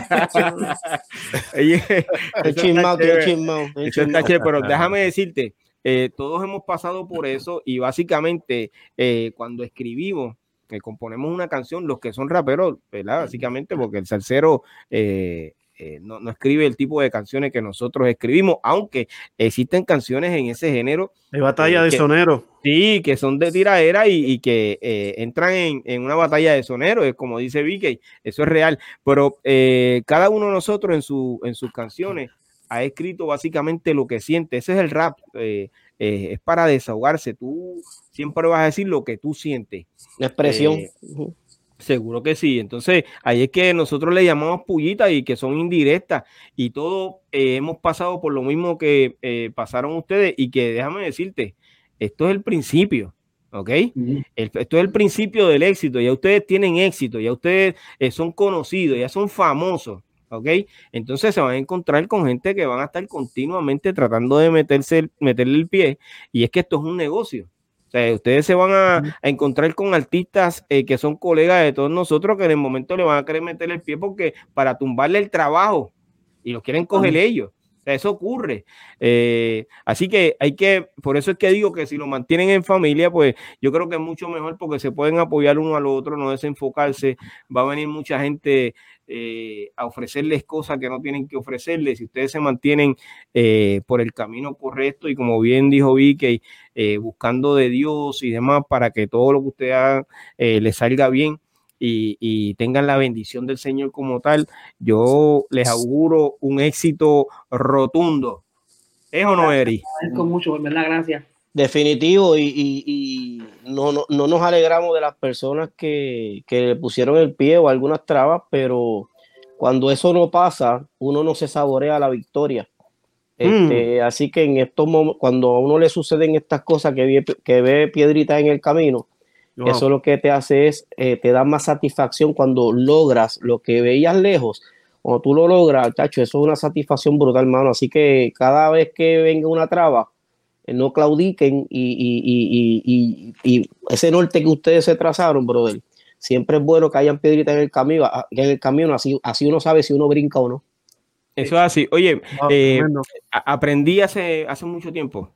Estoy chismado. Pero déjame decirte, todos hemos pasado por eso, y básicamente cuando escribimos, componemos una canción, los que son raperos, ¿verdad? Básicamente porque el salsero no escribe el tipo de canciones que nosotros escribimos, aunque existen canciones en ese género. Hay batalla de soneros. Sí, que son de tiradera y que entran en una batalla de soneros, como dice Vicky, eso es real. Pero cada uno de nosotros en sus canciones ha escrito básicamente lo que siente. Ese es el rap. Es para desahogarse. Tú siempre vas a decir lo que tú sientes. La expresión. Seguro que sí. Entonces, ahí es que nosotros le llamamos pullitas y que son indirectas, y todos hemos pasado por lo mismo que pasaron ustedes, y que déjame decirte, esto es el principio, ¿ok? Esto es el principio del éxito. Ya ustedes tienen éxito, ya ustedes son conocidos, ya son famosos, ¿ok? Entonces se van a encontrar con gente que van a estar continuamente tratando de meterle el pie, y es que esto es un negocio. O sea, ustedes se van a encontrar con artistas que son colegas de todos nosotros, que en el momento le van a querer meter el pie porque para tumbarle el trabajo, y lo quieren coger ellos. O Eso ocurre. Así que por eso es que digo que si lo mantienen en familia, pues yo creo que es mucho mejor porque se pueden apoyar uno al otro, no desenfocarse. Va a venir mucha gente a ofrecerles cosas que no tienen que ofrecerles. Si ustedes se mantienen por el camino correcto y como bien dijo Vicky, buscando de Dios y demás para que todo lo que ustedes hagan les salga bien. Y tengan la bendición del Señor como tal, yo les auguro un éxito rotundo. ¿Es o no, Eri? Con mucho, por verdad, gracias. Definitivo, y no nos alegramos de las personas que le pusieron el pie o algunas trabas, pero cuando eso no pasa, uno no se saborea la victoria. Así que en estos momentos, cuando a uno le suceden estas cosas, que ve piedritas en el camino, wow. Eso lo que te hace es, te da más satisfacción cuando logras lo que veías lejos. Cuando tú lo logras, chacho, eso es una satisfacción brutal, hermano. Así que cada vez que venga una traba, no claudiquen y ese norte que ustedes se trazaron, brother, siempre es bueno que hayan piedritas en el camino, así uno sabe si uno brinca o no. Eso es así. Oye, aprendí hace mucho tiempo,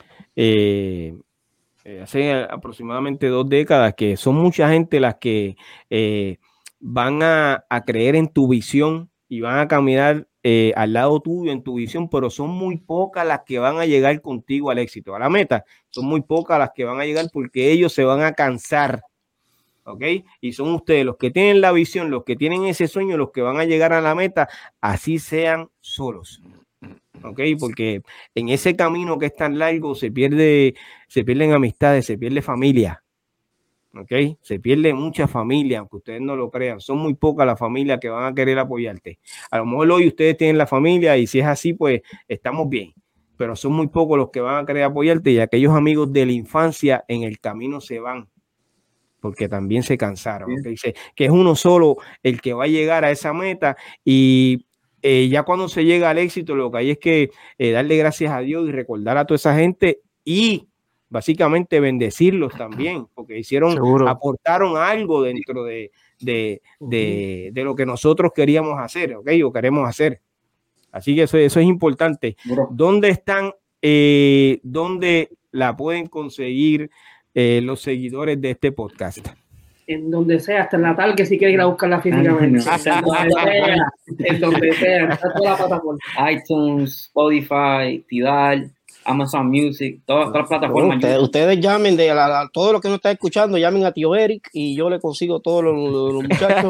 hace aproximadamente 2 décadas, que son mucha gente las que van a creer en tu visión y van a caminar al lado tuyo en tu visión, pero son muy pocas las que van a llegar contigo al éxito, a la meta. Son muy pocas las que van a llegar porque ellos se van a cansar, ¿ok? Y son ustedes los que tienen la visión, los que tienen ese sueño, los que van a llegar a la meta, así sean solos. ¿Ok? Porque en ese camino que es tan largo se pierden amistades, se pierde familia. ¿Ok? Se pierde mucha familia, aunque ustedes no lo crean. Son muy pocas las familias que van a querer apoyarte. A lo mejor hoy ustedes tienen la familia y si es así, pues estamos bien. Pero son muy pocos los que van a querer apoyarte y aquellos amigos de la infancia en el camino se van porque también se cansaron. ¿Okay? Dice que es uno solo el que va a llegar a esa meta y ya cuando se llega al éxito, lo que hay es que darle gracias a Dios y recordar a toda esa gente y básicamente bendecirlos también, porque aportaron algo dentro de lo que nosotros queríamos hacer, ¿ok? O queremos hacer. Así que eso es importante. ¿Dónde están? ¿Dónde la pueden conseguir los seguidores de este podcast? En donde sea, hasta en la tal que si quieres ir a buscarla físicamente. En donde sea, en toda la plataforma. iTunes, Spotify, Tidal, Amazon Music, todas las plataformas. Ustedes llamen todo lo que no está escuchando, llamen a tío Eric y yo le consigo todos los muchachos.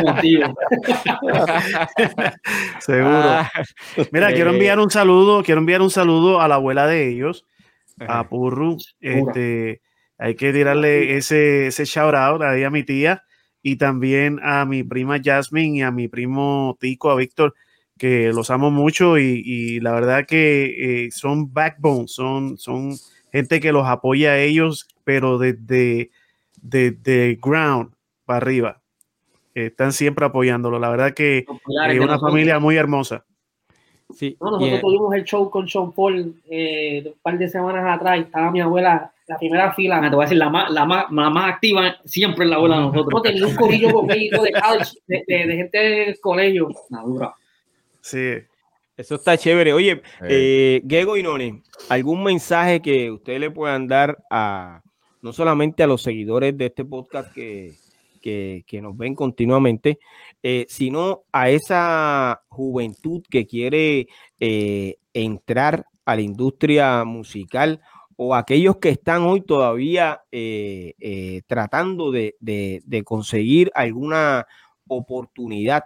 Seguro. Mira, quiero enviar un saludo a la abuela de ellos, a Purru. Hay que tirarle ese shout out ahí a mi tía y también a mi prima Jasmine y a mi primo Tico, a Víctor, que los amo mucho y la verdad que son backbone, son gente que los apoya a ellos, pero desde ground para arriba. Están siempre apoyándolo. La verdad que es una familia muy hermosa. Sí, nosotros tuvimos el show con Sean Paul un par de semanas atrás y estaba mi abuela la primera fila. Te voy a decir, la más activa siempre es la abuela de nosotros. No tenía un corillo conmigo de gente del colegio. Una dura. Sí. Eso está chévere. Oye, Gego y Noni, ¿algún mensaje que ustedes le puedan dar no solamente a los seguidores de este podcast que nos ven continuamente, sino a esa juventud que quiere entrar a la industria musical o aquellos que están hoy todavía tratando de conseguir alguna oportunidad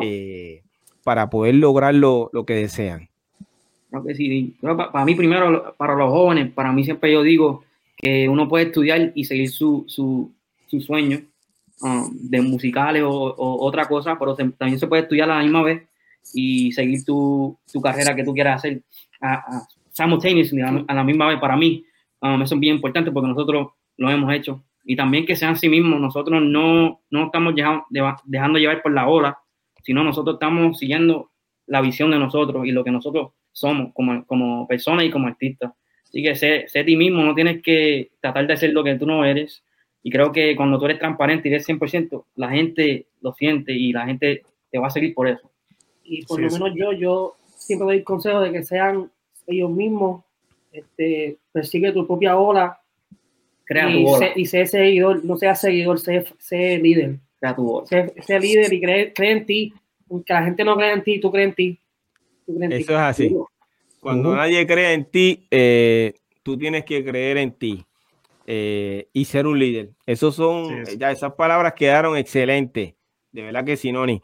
para poder lograr lo que desean? Creo que sí. Para mí primero, para los jóvenes, para mí siempre yo digo que uno puede estudiar y seguir su sueño de musicales o otra cosa, pero también se puede estudiar a la misma vez y seguir tu carrera que tú quieras hacer simultaneously, a la misma vez. Para mí eso es bien importante porque nosotros lo hemos hecho y también que sean sí mismos. Nosotros no estamos dejando llevar por la ola, sino nosotros estamos siguiendo la visión de nosotros y lo que nosotros somos como personas y como artistas. Así que sé ti mismo, no tienes que tratar de ser lo que tú no eres. Y creo que cuando tú eres transparente y eres 100%, la gente lo siente y la gente te va a seguir por eso. Y por lo menos yo siempre doy consejos de que sean ellos mismos, persigue tu propia ola, crea tu ola. Y sé seguidor, no seas seguidor, sé líder. Crea tu ola. Sé líder y cree en ti. Aunque la gente no cree en ti, tú crees en ti. Eso es así. Cuando nadie cree en ti, tú tienes que creer en ti y ser un líder. Esos son, ya esas palabras quedaron excelentes. De verdad que sí, Noni.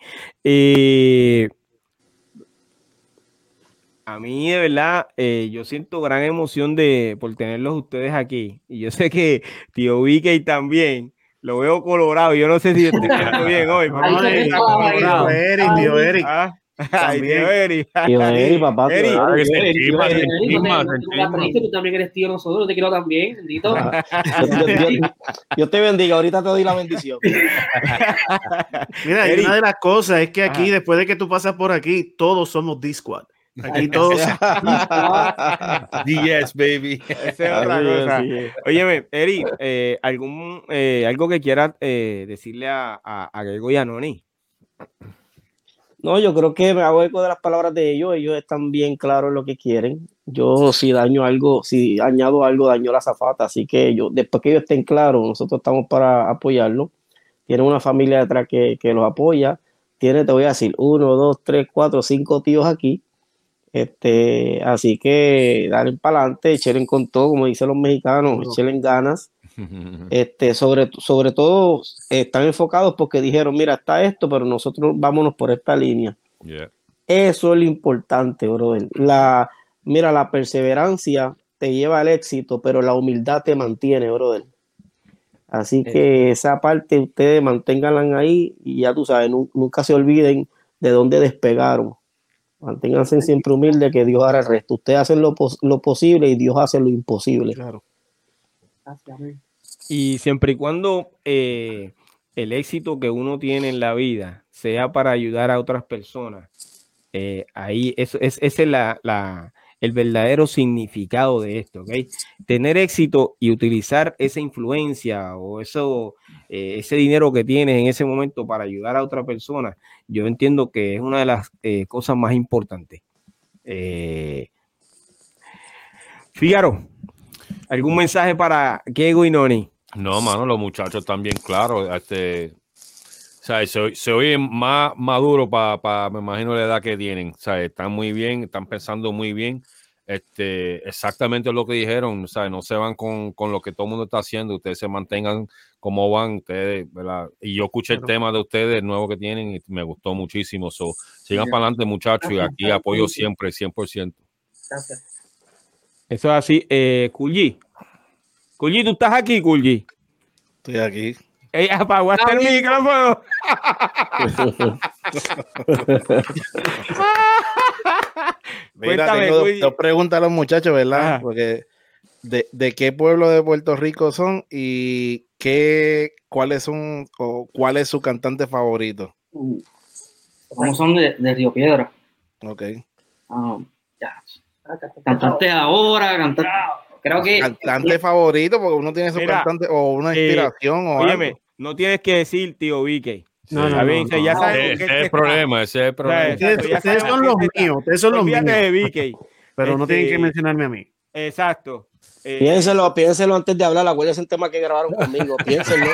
A mí, de verdad, yo siento gran emoción por tenerlos ustedes aquí. Y yo sé que tío Vicky también. Lo veo colorado. Yo no sé si estoy viendo bien hoy. Tío Eric. Ay, tío Eric. Tío Eric, papá. Tú también eres tío de nosotros. Te quiero también, bendito. Yo te bendiga. Ahorita te doy la bendición. Mira, y una de las cosas es que aquí, después de que tú pasas por aquí, todos somos D-Squad. Aquí todos. Yes, baby. Esa es otra cosa. Óyeme, Eri, algo que quieras decirle a Grego y a Noni. No, yo creo que me hago eco de las palabras de ellos. Ellos están bien claros en lo que quieren. Yo si añado algo, daño la azafata. Así que después que ellos estén claros, nosotros estamos para apoyarlos. Tienen una familia detrás que los apoya. Te voy a decir, 1, 2, 3, 4, 5 tíos aquí. Así que dale para adelante, echen con todo, como dicen los mexicanos, echen ganas. Sobre todo están enfocados porque dijeron, mira, está esto, pero nosotros vámonos por esta línea. Eso es lo importante, brother. La perseverancia te lleva al éxito, pero la humildad te mantiene, brother. Así que esa parte ustedes manténganla ahí y ya tú sabes, nunca se olviden de dónde despegaron. Manténganse siempre humildes, que Dios hará el resto. Ustedes hacen lo posible y Dios hace lo imposible. Claro. Gracias, y siempre y cuando el éxito que uno tiene en la vida sea para ayudar a otras personas, ahí ese es el verdadero significado de esto, ¿okay? Tener éxito y utilizar esa influencia o ese dinero que tienes en ese momento para ayudar a otra persona, yo entiendo que es una de las cosas más importantes. Fígaro, ¿algún mensaje para Grego y Noni? No, mano, los muchachos están bien claros. O sea, se oye más maduro para, me imagino, la edad que tienen. O sea, están muy bien, están pensando muy bien. Exactamente lo que dijeron. O sea, no se van con lo que todo el mundo está haciendo. Ustedes se mantengan como van. Ustedes, ¿verdad? Y yo escuché el tema de ustedes, el nuevo que tienen, y me gustó muchísimo. Sigan para adelante, muchachos. Y aquí apoyo siempre, 100%. Gracias. Eso es así. Kulji, ¿tú estás aquí, Kulji? Estoy aquí. Ella apagaste el micrófono. Mira, tengo dos preguntas a los muchachos, ¿verdad? Ajá. Porque ¿de qué pueblo de Puerto Rico son y cuál es su cantante favorito? ¿Cómo son de Río Piedra? Ok. Cantante ahora, creo que cantante favorito, porque uno tiene su cantante o una inspiración o óyeme, algo. No tienes que decir tío Vicky. No. Ya sabes ese es el problema. Ustedes son los míos. Ustedes son los míos. De Vicky. Pero no tienen que mencionarme a mí. Exacto. Piénselo antes de hablar. Acuérdense el tema que grabaron conmigo. Piénsenlo.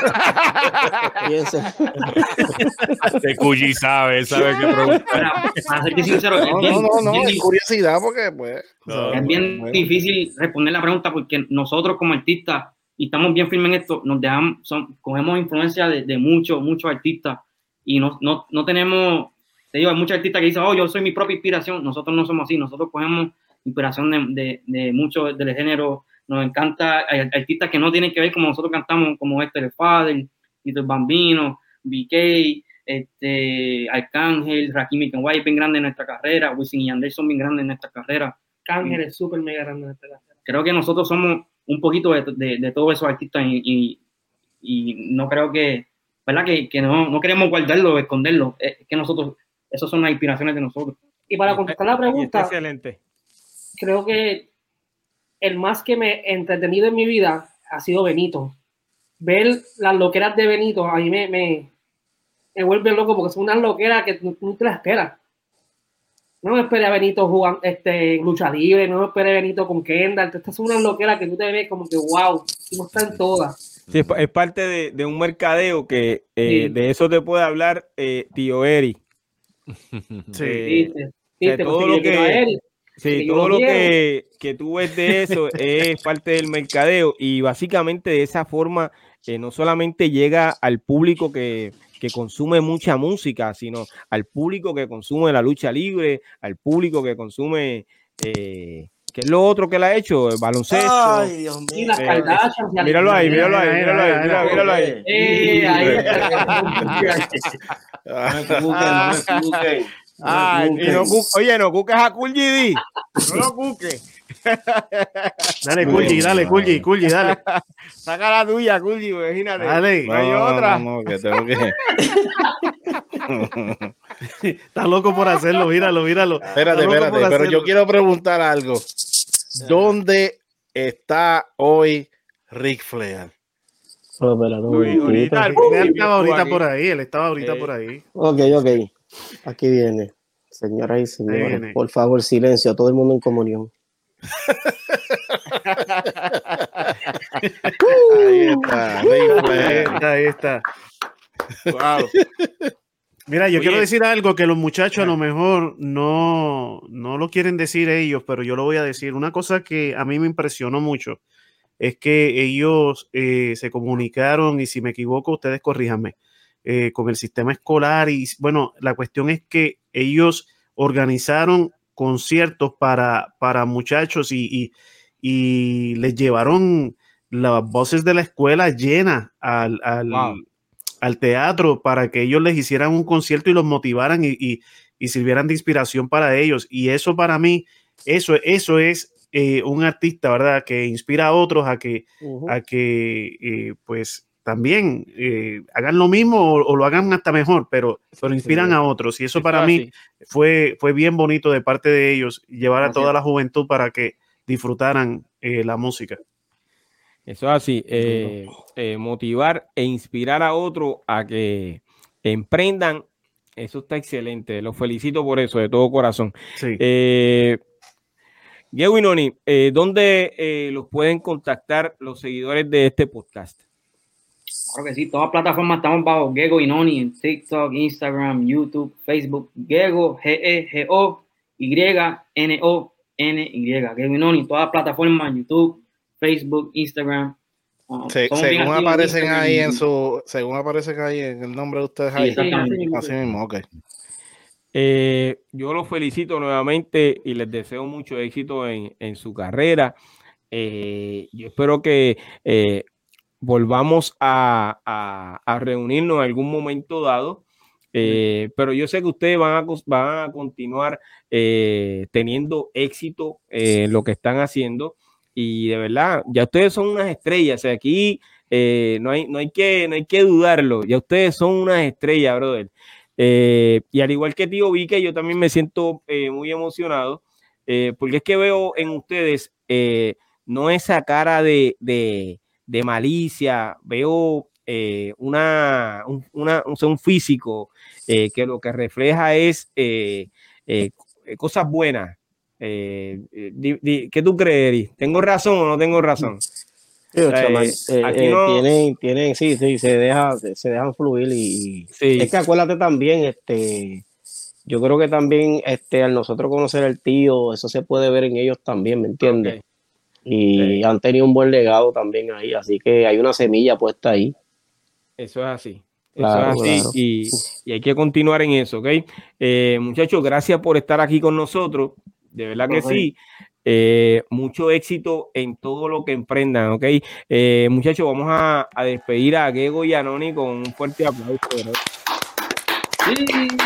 Este Kulji sabe qué preguntar. Para ser sincero, no, es curiosidad porque pues. Es bien difícil responder la pregunta porque nosotros como artistas, y estamos bien firmes en esto, cogemos influencia de muchos artistas y no tenemos, te digo, hay muchos artistas que dicen, yo soy mi propia inspiración. Nosotros no somos así, nosotros cogemos inspiración de muchos del género. Nos encanta, hay artistas que no tienen que ver como nosotros cantamos, como el Father, Tito el Bambino, BK, Arcángel, Rakim y Kenway, bien grande en nuestra carrera, Wisin y Yandel son bien grandes en nuestra carrera. Arcángel es súper mega grande en nuestra carrera. Creo que nosotros somos un poquito de todos esos artistas y no creo que, ¿verdad? Que no queremos guardarlo o esconderlo. Es que nosotros, esas son las inspiraciones de nosotros. Y para contestar la pregunta, excelente. Creo que el más que me he entretenido en mi vida ha sido Benito. Ver las loqueras de Benito a mí me vuelve loco porque son unas loqueras que no te las esperas. No me esperé a Benito jugando lucha libre, no me esperé a Benito con Kendall. Estas son unas loqueras que tú te ves como que wow, no están todas. Sí, es parte de un mercadeo que de eso te puede hablar tío Eri. Sí. Todo lo que tú ves de eso es parte del mercadeo y básicamente de esa forma no solamente llega al público que consume mucha música, sino al público que consume la lucha libre, al público que consume ¿qué es lo otro que le ha hecho? El baloncesto. Ay, Dios mío. Y las Kardashian. Míralo ahí. Míralo ahí. Oye, no cuques a Cool GD. No lo cuques. Dale, Cool G, dale. Saca la tuya, Cool G, imagínate. Dale. No hay otra. No, que tengo que... Está loco por hacerlo, míralo. Espérate, pero yo quiero preguntar algo. ¿Dónde está hoy Ric Flair? Él estaba ahorita por ahí. Ok. Aquí viene. Señoras y señores, por favor, silencio. Todo el mundo en comunión. Ahí está. Wow. Mira, yo quiero decir algo que los muchachos a lo mejor no lo quieren decir ellos, pero yo lo voy a decir. Una cosa que a mí me impresionó mucho es que ellos se comunicaron, y si me equivoco, ustedes corríjanme, con el sistema escolar. Y bueno, la cuestión es que ellos organizaron conciertos para muchachos y les llevaron las voces de la escuela llenas al teatro para que ellos les hicieran un concierto y los motivaran y sirvieran de inspiración para ellos. Y eso para mí, eso es un artista, ¿verdad? Que inspira a otros a que pues también hagan lo mismo o lo hagan hasta mejor, pero inspiran a otros. Y eso para mí fue bien bonito de parte de ellos, llevar a toda la juventud para que disfrutaran la música. Eso es así, motivar e inspirar a otros a que emprendan. Eso está excelente, los felicito por eso, de todo corazón. Sí. Diego y Noni, ¿dónde los pueden contactar los seguidores de este podcast? Claro que sí, todas las plataformas estamos bajo Gego y Noni, en TikTok, Instagram, YouTube, Facebook, Gego, G-E-G-O-Y-N-O-N-Y, Gego y Noni, todas las plataformas, YouTube, Facebook, Instagram. Según aparecen ahí en el nombre de ustedes ahí. Sí, así mismo, ok. Yo los felicito nuevamente y les deseo mucho éxito en su carrera. Yo espero que volvamos a reunirnos en algún momento dado, pero yo sé que ustedes van a continuar teniendo éxito en lo que están haciendo. Y de verdad, ya ustedes son unas estrellas. O sea, aquí no hay que dudarlo. Ya ustedes son unas estrellas, brother. Y al igual que tío Vique, yo también me siento muy emocionado porque es que veo en ustedes no esa cara de malicia, veo un físico que lo que refleja es cosas buenas. ¿Qué tú crees, Eri? ¿Tengo razón o no tengo razón? Aquí no... tienen, sí, se dejan fluir y sí. Es que acuérdate también, yo creo que también al nosotros conocer al tío, eso se puede ver en ellos también, ¿me entiendes? Okay. Y han tenido un buen legado también ahí, así que hay una semilla puesta ahí. Eso es así. Claro, eso es así, claro. Y hay que continuar en eso, ¿ok? Muchachos, gracias por estar aquí con nosotros. De verdad que sí. Mucho éxito en todo lo que emprendan, ¿ok? Muchachos, vamos a despedir a Gego y a Noni con un fuerte aplauso, ¿verdad? Sí.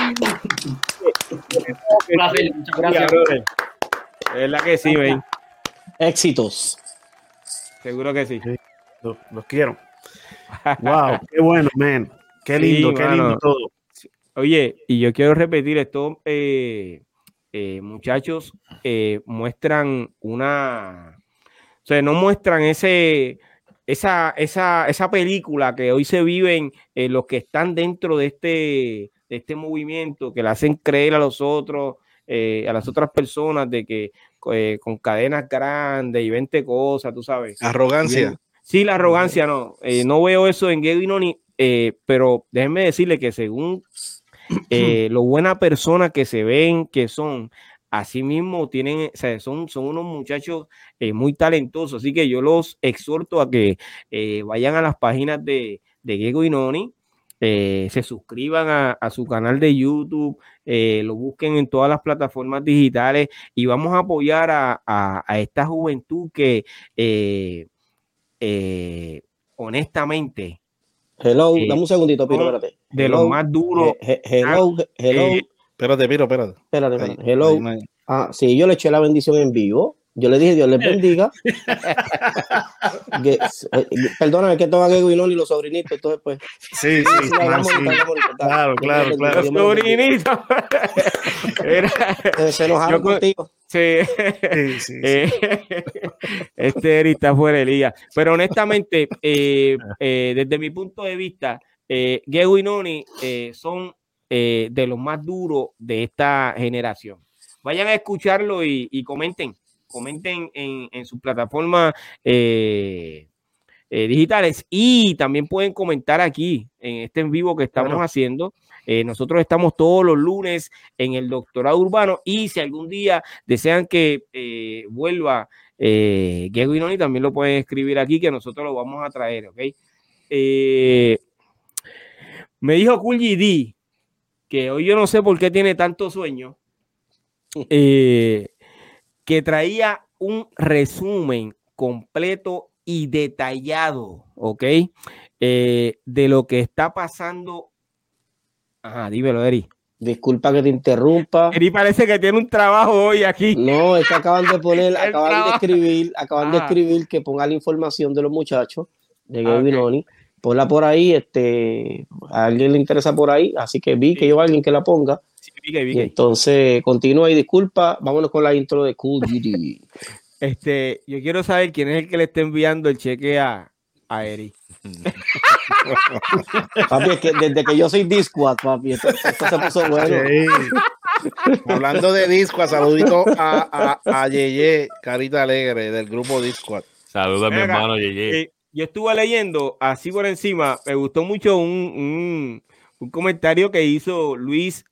Muchas gracias. De verdad que sí, ven. Éxitos. Seguro que sí. Los quiero. Wow, qué bueno, man. Qué lindo, sí, qué lindo todo. Oye, y yo quiero repetir esto, muchachos, muestran o sea, no muestran esa película que hoy se viven los que están dentro de este movimiento, que le hacen creer a los otros a las otras personas de que con cadenas grandes y 20 cosas, tú sabes. Arrogancia. Sí, la arrogancia no. No veo eso en Gego y Noni, pero déjenme decirle que según lo buena persona que se ven que son, así mismo tienen, o sea, son unos muchachos muy talentosos, así que yo los exhorto a que vayan a las páginas de Gego y Noni, se suscriban a su canal de YouTube, lo busquen en todas las plataformas digitales y vamos a apoyar a esta juventud que honestamente hello, dame un segundito, Piro, espérate. De los más duros. Hello. Espérate, Piro, espérate. Espérate. Hello. Sí, yo le eché la bendición en vivo. Yo le dije, Dios les bendiga. Perdóname que tengo a Gego y Noni, los sobrinitos, entonces pues. Sí. Claro. Los sobrinitos. Se enojaron contigo. Sí. Este Eri está fuera de liga. Pero honestamente, desde mi punto de vista, Gego y Noni son de los más duros de esta generación. Vayan a escucharlo y comenten en sus plataformas digitales y también pueden comentar aquí en este en vivo que estamos haciendo. Nosotros estamos todos los lunes en el Doctorado Urbano y si algún día desean que vuelva Gego y Noni, también lo pueden escribir aquí que nosotros lo vamos a traer, ¿ok? Me dijo Cool GD que hoy yo no sé por qué tiene tanto sueño, que traía un resumen completo y detallado, ¿ok? De lo que está pasando. Ajá, dímelo, Eri. Disculpa que te interrumpa. Eri parece que tiene un trabajo hoy aquí. No, es que acaban de escribir que ponga la información de los muchachos de Gego y Noni. Ponla por ahí, a alguien le interesa por ahí, así que vi que yo alguien que la ponga. Sí, vi. Entonces, continúa y disculpa, vámonos con la intro de Cool GD. Yo quiero saber quién es el que le está enviando el cheque a Eri. Papi, es que desde que yo soy Discord, papi, esto se puso bueno. Sí. Hablando de Discord, saludito a Yeye, Carita Alegre, del grupo Discord. Saludos a mi hermano Yeye. Yo estuve leyendo así por encima, me gustó mucho un comentario que hizo Luis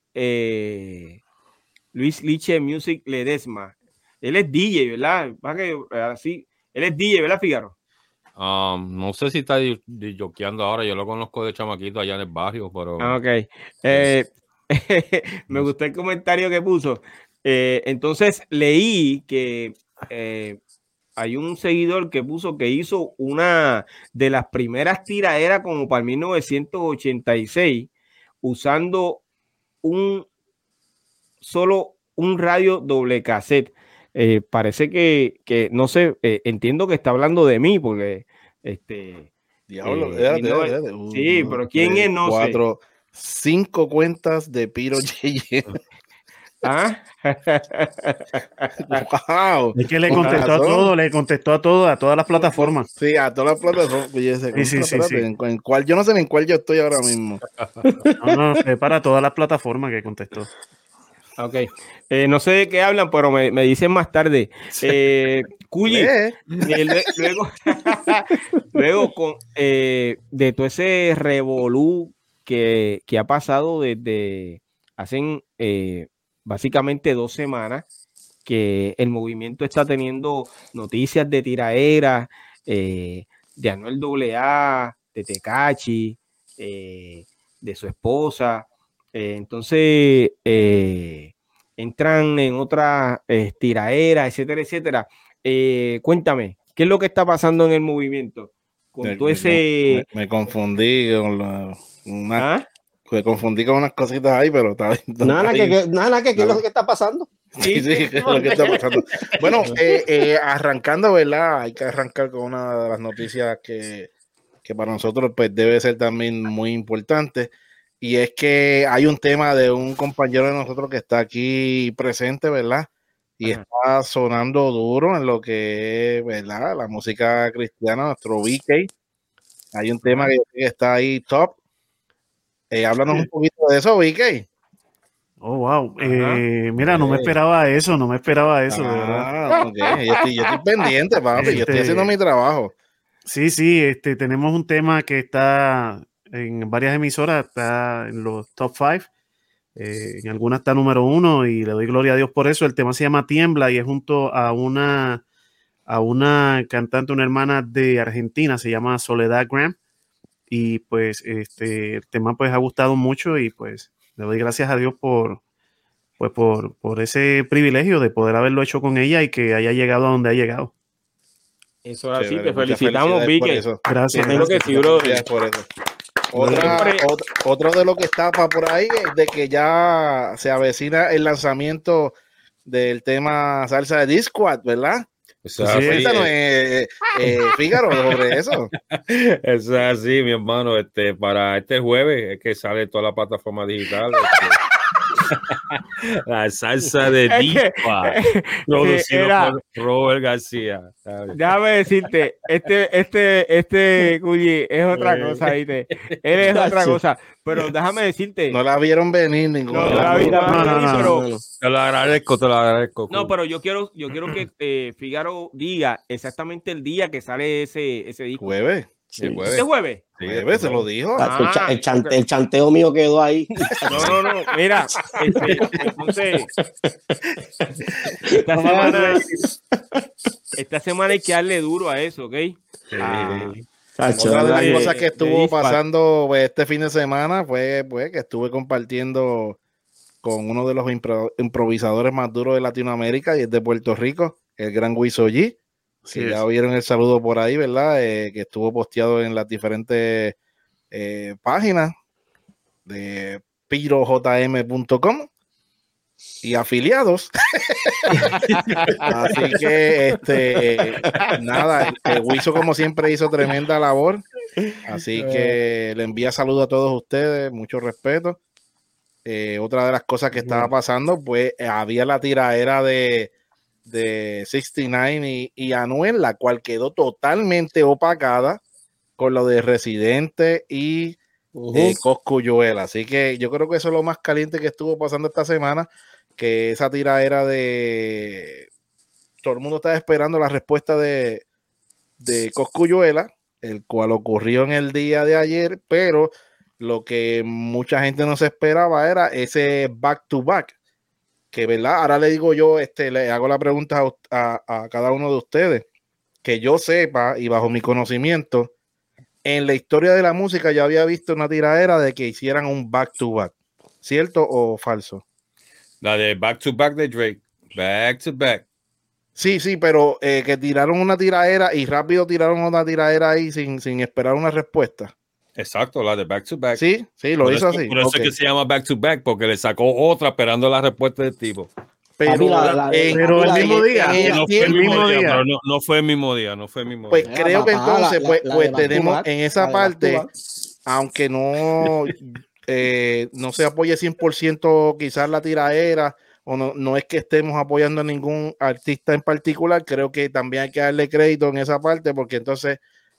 Liche Music Ledesma. Él es DJ, ¿verdad? Él es DJ, ¿verdad, Fígaro? No sé si está joqueando ahora, yo lo conozco de chamaquito allá en el barrio, pero... Ok. Me gustó el comentario que puso. Entonces leí que hay un seguidor que puso que hizo una de las primeras tiraderas como para 1986 usando solo un radio doble cassette. Parece que no sé, entiendo que está hablando de mí porque diablo, sí, pero quién es, no 5 cuentas de Piro Yeye. ¿Ah? Wow. Es que le contestó a todo, a todas las plataformas. Sí, a todas las plataformas. Sí. En cuál, yo no sé en cuál yo estoy ahora mismo. No, es para todas las plataformas que contestó. Ok. No sé de qué hablan, pero me dicen más tarde. Cuyi, luego de todo ese revolú que ha pasado desde hacen básicamente 2 semanas que el movimiento está teniendo noticias de tiraderas de Anuel AA, de Tekashi, de su esposa. Entonces entran en otras tiraderas, etcétera. Cuéntame, ¿qué es lo que está pasando en el movimiento? Con todo ese... Me confundí con me confundí con unas cositas ahí, pero está bien. Nada, ¿qué es lo que está pasando? Sí, ¿qué es lo que está pasando? Bueno, arrancando, ¿verdad? Hay que arrancar con una de las noticias que para nosotros pues debe ser también muy importante. Y es que hay un tema de un compañero de nosotros que está aquí presente, ¿verdad? Y está sonando duro en lo que es, ¿verdad? La música cristiana, nuestro BK. Hay un tema que está ahí top. Háblanos un poquito de eso, BK. Oh, wow. Mira, no me esperaba eso, de verdad. Okay. Yo estoy pendiente, papi, yo estoy haciendo mi trabajo. Sí, tenemos un tema que está en varias emisoras, está en los top 5, en algunas está número 1 y le doy gloria a Dios por eso. El tema se llama Tiembla y es junto a una cantante, una hermana de Argentina, se llama Soledad Graham, y pues el tema pues ha gustado mucho y pues le doy gracias a Dios por ese privilegio de poder haberlo hecho con ella y que haya llegado a donde ha llegado. Eso es así, te felicitamos, Vicky. Gracias. Gracias por eso. Otro de lo que está por ahí es de que ya se avecina el lanzamiento del tema Salsa de Discord, ¿verdad? Cuéntanos, Fígaro, sobre eso. Eso es así, mi hermano. Para este jueves es que sale toda la plataforma digital. La salsa de Discord, producido por Robert García. Déjame decirte, Cuyi es otra cosa, ¿viste? Él es otra cosa, pero déjame decirte. No la vieron venir ninguna. No. Te lo agradezco. No, pero yo quiero que Fígaro diga exactamente el día que sale ese disco. ¿Jueves? Sí, ¿este jueves? Sí, jueves se lo dijo. El chanteo mío quedó ahí. No. Mira, entonces esta semana hay que darle duro a eso, ¿ok? Otra de las cosas que estuvo pasando este fin de semana fue que estuve compartiendo con uno de los improvisadores más duros de Latinoamérica y es de Puerto Rico, el gran Wiso G. Sí, ya vieron el saludo por ahí, ¿verdad? Que estuvo posteado en las diferentes páginas de pirojm.com y afiliados. Así que nada, Wiso como siempre hizo tremenda labor. Así que le envía saludos a todos ustedes, mucho respeto. Otra de las cosas que estaba pasando, pues había la tiraera de 69 y Anuel, la cual quedó totalmente opacada con lo de Residente y Cosculluela. Así que yo creo que eso es lo más caliente que estuvo pasando esta semana, que esa tiraera de todo el mundo estaba esperando la respuesta de Cosculluela, el cual ocurrió en el día de ayer, pero lo que mucha gente no se esperaba era ese back to back, que verdad, ahora le digo yo, le hago la pregunta a cada uno de ustedes, que yo sepa y bajo mi conocimiento, en la historia de la música yo había visto una tiradera de que hicieran un back to back, ¿cierto o falso? La de back to back de Drake, back to back. Sí, pero que tiraron una tiradera y rápido tiraron una tiradera ahí sin esperar una respuesta. Exacto, la de back to back. Sí, lo hizo así. Por eso es que se llama back to back, porque le sacó otra esperando la respuesta del tipo. Pero el mismo día. No fue el mismo día. Pues creo que entonces, pues tenemos en esa parte, aunque no se apoye 100% quizás la tiraera, o no es que estemos apoyando a ningún artista en particular, creo que también hay que darle crédito en esa parte, porque entonces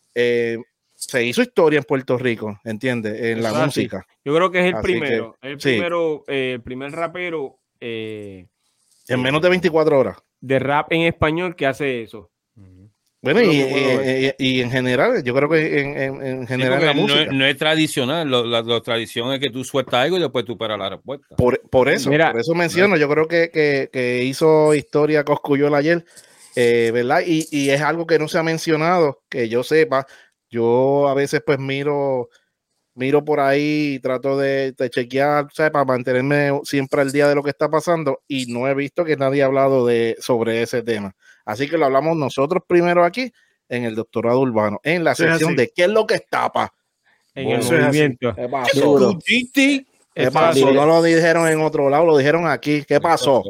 se hizo historia en Puerto Rico, ¿entiendes? En la música. Yo creo que es el primero. El primer rapero en menos de 24 horas de rap en español que hace eso. Bueno, y en general, yo creo que en general la música no es tradicional. La tradición es que tú sueltas algo y después tú esperas la respuesta. Por eso menciono, yo creo que hizo historia Cosculluela ayer, ¿verdad? Y es algo que no se ha mencionado, que yo sepa. Yo a veces pues miro por ahí y trato de chequear, ¿sabes? Para mantenerme siempre al día de lo que está pasando, y no he visto que nadie ha hablado sobre ese tema. Así que lo hablamos nosotros primero aquí en el Doctorado Urbano, en la sección de ¿qué es lo que estapa? En el movimiento. ¿Qué pasó? ¿Qué pasó? No lo dijeron en otro lado, lo dijeron aquí. ¿Qué pasó?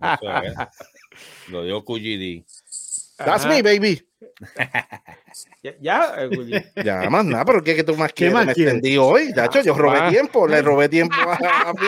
Lo dio QGD. That's me, baby. Ya, más nada, pero ¿qué tú más quieres? Me extendí hoy, Dacho, yo robé tiempo, le robé tiempo a mí.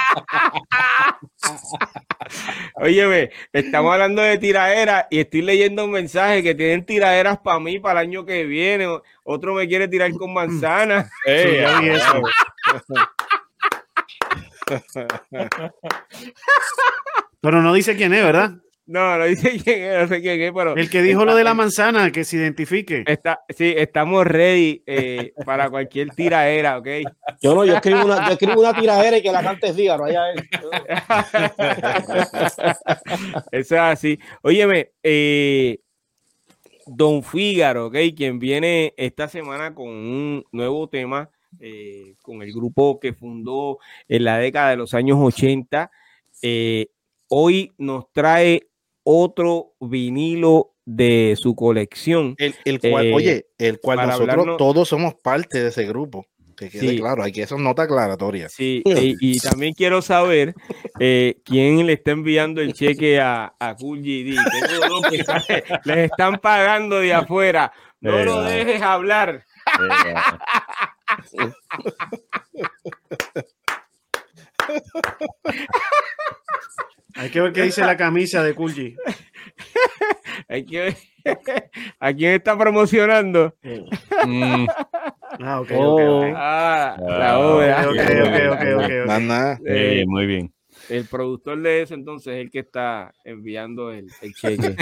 Óyeme, estamos hablando de tiraderas y estoy leyendo un mensaje que tienen tiraderas para mí para el año que viene. Otro me quiere tirar con manzana. Pero no dice quién es, ¿verdad? No dice quién es, no sé quién es, pero... El que dijo lo de la manzana, que se identifique. Sí, estamos ready para cualquier tiraera, ¿ok? Yo escribo una tiraera y que la cante Fígaro, allá él. Eso es así. Óyeme, Don Fígaro, ¿ok? Quien viene esta semana con un nuevo tema, con el grupo que fundó en la década de los años 80. Hoy nos trae otro vinilo de su colección. El cual nosotros todos somos parte de ese grupo. Que quede claro, hay que eso es nota aclaratoria. Sí, y también quiero saber quién le está enviando el cheque a Cool GD. Les están pagando de afuera. No lo dejes hablar. Hay que ver qué dice la camisa de Cool G. Hay que ver a quién está promocionando. Ok. La obra. Ok. Muy bien. El productor de eso, entonces, es el que está enviando el cheque.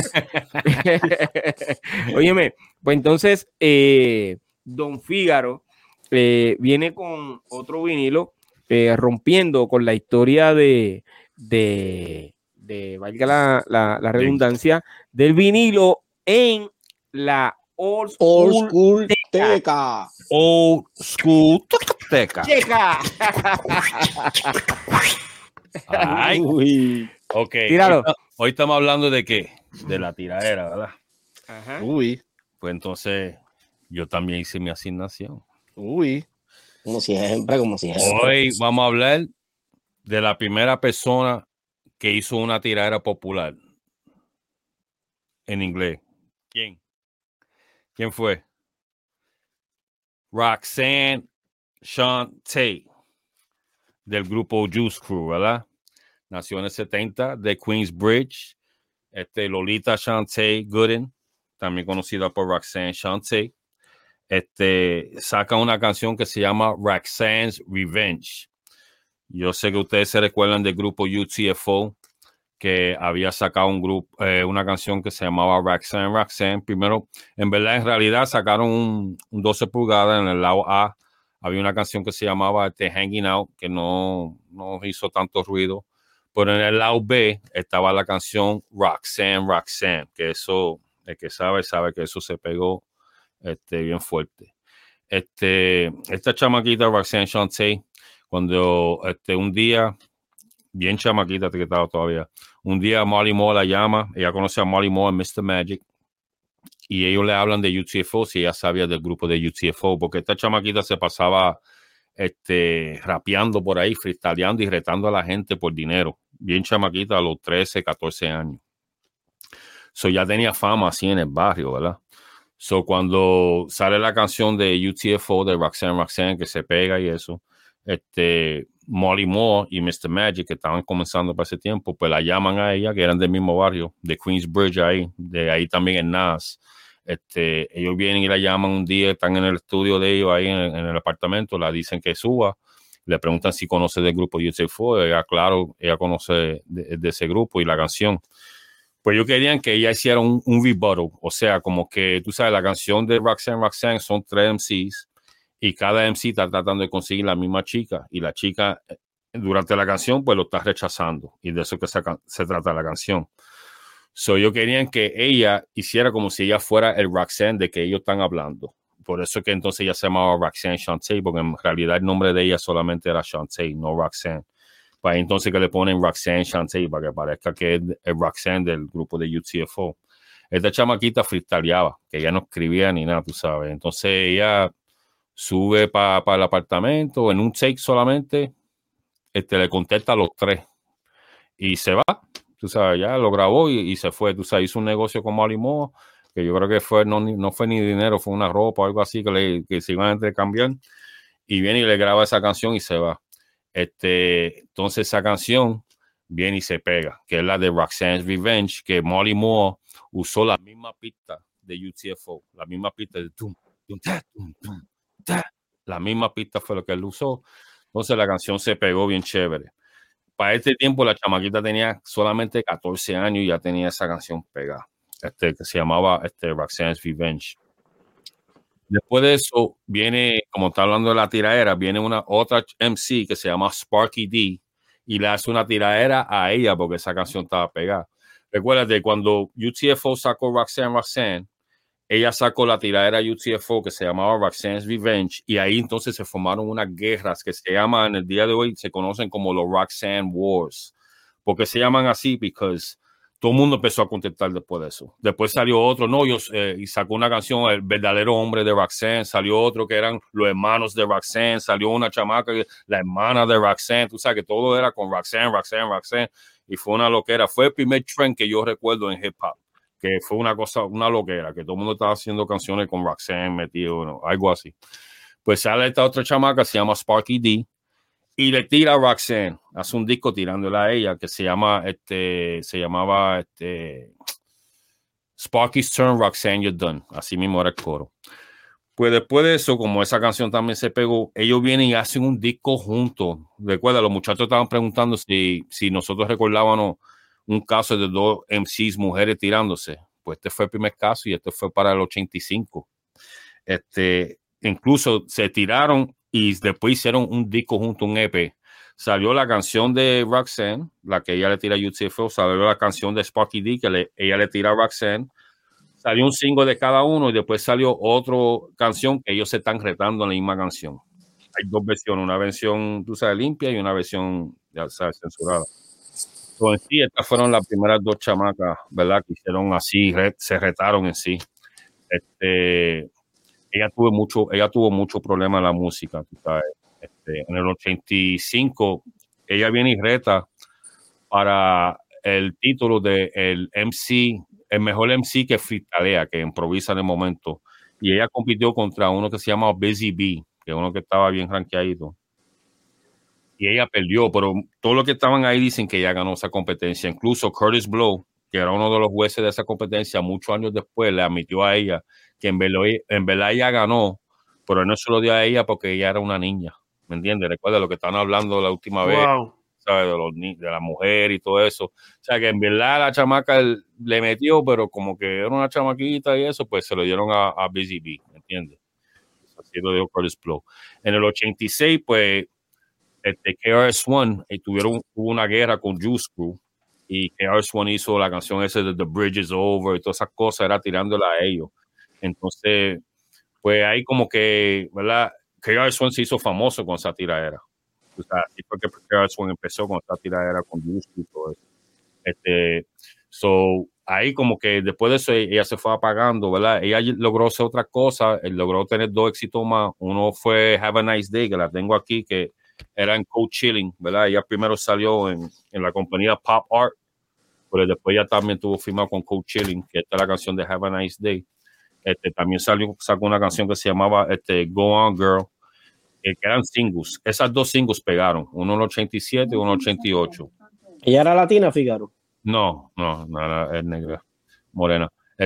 Óyeme, pues entonces, Don Fígaro viene con otro vinilo, rompiendo con la historia de valga la redundancia, del vinilo en la Old School Teca. Old School Teca. Ay. Ok. Tíralo. Hoy estamos hablando de qué? De la tiradera, ¿verdad? Ajá. Pues entonces yo también hice mi asignación. Como siempre. Hoy vamos a hablar de la primera persona que hizo una tiradera popular en inglés. ¿Quién fue? Roxanne Shante, del grupo Juice Crew, ¿verdad? Nació en el 70 de Queensbridge. Lolita Shante Gooden, también conocida por Roxanne Shante, saca una canción que se llama Roxanne's Revenge. Yo sé que ustedes se recuerdan del grupo UTFO, que había sacado una canción que se llamaba Roxanne. Primero, en realidad sacaron un 12 pulgadas en el lado A. Había una canción que se llamaba Hanging Out, que no hizo tanto ruido. Pero en el lado B estaba la canción Roxanne, que eso, el que sabe que eso se pegó bien fuerte. Esta chamaquita, Roxanne Shante, cuando un día, bien chamaquita que estaba todavía, un día Molly Moore la llama, ella conoce a Molly Moore en Mr. Magic, y ellos le hablan de UTFO, si ella sabía del grupo de UTFO, porque esta chamaquita se pasaba rapeando por ahí, freestyleando y retando a la gente por dinero, bien chamaquita a los 13, 14 años. Ya tenía fama así en el barrio, ¿verdad? Cuando sale la canción de UTFO de Roxanne, que se pega y eso, Molly Moore y Mr. Magic, que estaban comenzando para ese tiempo, pues la llaman a ella, que eran del mismo barrio, de Queensbridge, de ahí también en Nas. Ellos vienen y la llaman un día, están en el estudio de ellos ahí en el apartamento, la dicen que suba, le preguntan si conoce del grupo UTFO, ella conoce de ese grupo y la canción. Pues ellos querían que ella hiciera un rebuttal, o sea, como que, tú sabes, la canción de Roxanne son 3 MCs y cada MC está tratando de conseguir la misma chica y la chica durante la canción pues lo está rechazando y de eso que se trata la canción. Ellos querían que ella hiciera como si ella fuera el Roxanne de que ellos están hablando. Por eso que entonces ella se llamaba Roxanne Shante, porque en realidad el nombre de ella solamente era Shante, no Roxanne. Pues entonces que le ponen Roxanne Shante para que parezca que es el Roxanne del grupo de UTFO. Esta chamaquita freestyleaba, que ella no escribía ni nada, tú sabes. Entonces ella sube para el apartamento en un take solamente, le contesta a los 3 y se va, tú sabes, ya lo grabó y se fue, tú sabes, hizo un negocio con Molly Moore, que yo creo que no fue ni dinero, fue una ropa o algo así que se iban a intercambiar, y viene y le graba esa canción y se va. Entonces esa canción viene y se pega, que es la de Roxanne's Revenge, que Molly Moore usó la misma pista de UTFO, la misma pista de la misma pista fue lo que él usó. Entonces la canción se pegó bien chévere. para este tiempo la chamaquita tenía solamente 14 años y ya tenía esa canción pegada, que se llamaba Roxanne's Revenge. Después de eso viene, como está hablando de la tiradera, viene una otra MC que se llama Sparky D y le hace una tiradera a ella porque esa canción estaba pegada. Recuérdate, cuando UTFO sacó Roxanne, ella sacó la tiradera UTFO que se llamaba Roxanne's Revenge y ahí entonces se formaron unas guerras que se llaman, en el día de hoy se conocen como los Roxanne Wars. ¿Por qué se llaman así? Porque todo el mundo empezó a contestar después de eso. Después salió otro, y sacó una canción, El verdadero hombre de Roxanne. Salió otro que eran los hermanos de Roxanne. Salió una chamaca, la hermana de Roxanne. Tú sabes que todo era con Roxanne. Y fue una loquera. Fue el primer trend que yo recuerdo en hip hop. Que fue una cosa, una loquera. Que todo el mundo estaba haciendo canciones con Roxanne metido, ¿no? Algo así. Pues sale esta otra chamaca, se llama Sparky D. Y le tira a Roxanne, hace un disco tirándola a ella que se llamaba Sparky's Turn, Roxanne, You're Done. Así mismo era el coro. Pues después de eso, como esa canción también se pegó, ellos vienen y hacen un disco juntos. Recuerda, los muchachos estaban preguntando si nosotros recordábamos un caso de dos MCs mujeres tirándose. Pues este fue el primer caso y este fue para el 85. Incluso se tiraron y después hicieron un disco junto, un EP. Salió la canción de Roxanne, la que ella le tira a UTFO, salió la canción de Sparky D, que ella le tira a Roxanne. Salió un single de cada uno y después salió otra canción que ellos se están retando en la misma canción. Hay dos versiones, una versión, tú sabes, limpia y una versión, ya sabes, censurada. Entonces, sí, estas fueron las primeras dos chamacas, ¿verdad? Que hicieron así, se retaron en sí. Ella tuvo mucho problema en la música, tú sabes. En el 85 ella viene y reta para el título de el mejor MC que freestalea, que improvisa en el momento, y ella compitió contra uno que se llama Busy B, que es uno que estaba bien rankeadito, y ella perdió, pero todos los que estaban ahí dicen que ella ganó esa competencia. Incluso Curtis Blow, que era uno de los jueces de esa competencia, muchos años después le admitió a ella que en verdad ella ganó, pero no se lo dio a ella porque ella era una niña, ¿me entiendes? Recuerda lo que estaban hablando la última vez, ¿sabes? De la mujer y todo eso. O sea, que en verdad la chamaca le metió, pero como que era una chamaquita y eso, pues se lo dieron a Busy B, ¿me entiendes? Así lo dio Curtis Blow. En el 86, pues, KRS-One hubo una guerra con Juice Crew, y KRS-One hizo la canción esa de The Bridge is Over y todas esas cosas, era tirándola a ellos. Entonces, pues ahí como que, ¿verdad? KRS-One se hizo famoso con esa tiradera. O sea, así fue que KRS-One empezó con esa tiradera con Juice y todo eso. Ahí como que después de eso ella se fue apagando, ¿verdad? Ella logró hacer otra cosa, logró tener dos éxitos más. Uno fue Have a Nice Day, que la tengo aquí, que era en Cold Chilling, ¿verdad? Ella primero salió en la compañía Pop Art, pero después ya también tuvo firmado con Cold Chilling, que esta es la canción de Have a Nice Day. También sacó una canción que se llamaba Go On Girl, que eran singles. Esas dos singles pegaron, uno en el 87 y uno en el 88. ¿Ella era latina, Fígaro? No, es negra, morena.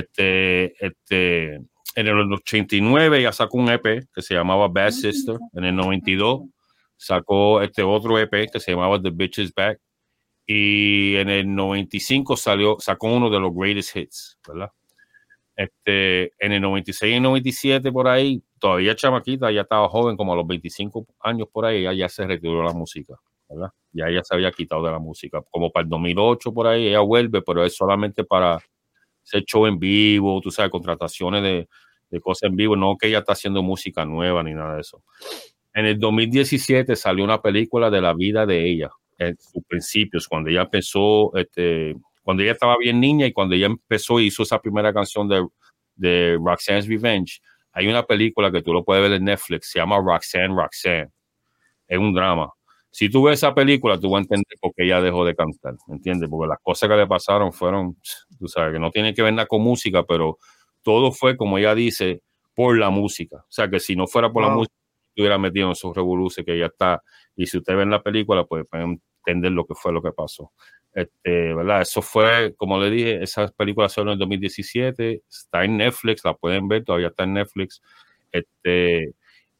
En el 89 ya sacó un EP que se llamaba Bad Sister. En el 92 sacó otro EP que se llamaba The Bitch Is Back. Y en el 95 sacó uno de los greatest hits, ¿verdad? En el 96 y 97 por ahí, todavía chamaquita, ya estaba joven, como a los 25 años por ahí, ella ya se retiró de la música, ¿verdad? Ya ella se había quitado de la música, como para el 2008 por ahí, ella vuelve, pero es solamente para hacer show en vivo, tú sabes, contrataciones de cosas en vivo, no que ella está haciendo música nueva ni nada de eso. En el 2017 salió una película de la vida de ella, en sus principios, cuando ella empezó, cuando ella estaba bien niña y cuando ella empezó y hizo esa primera canción de Roxanne's Revenge. Hay una película que tú lo puedes ver en Netflix, se llama Roxanne. Es un drama. Si tú ves esa película, tú vas a entender por qué ella dejó de cantar, ¿entiendes? Porque las cosas que le pasaron fueron, tú sabes, que no tiene que ver nada con música, pero todo fue, como ella dice, por la música. O sea, que si no fuera por la música, estuviera metido en esos revoluciones que ella está. Y si usted ve en la película, pues pueden entender lo que fue lo que pasó. ¿Verdad? Eso fue, como le dije, esa película salió en el 2017, está en Netflix, la pueden ver, todavía está en Netflix.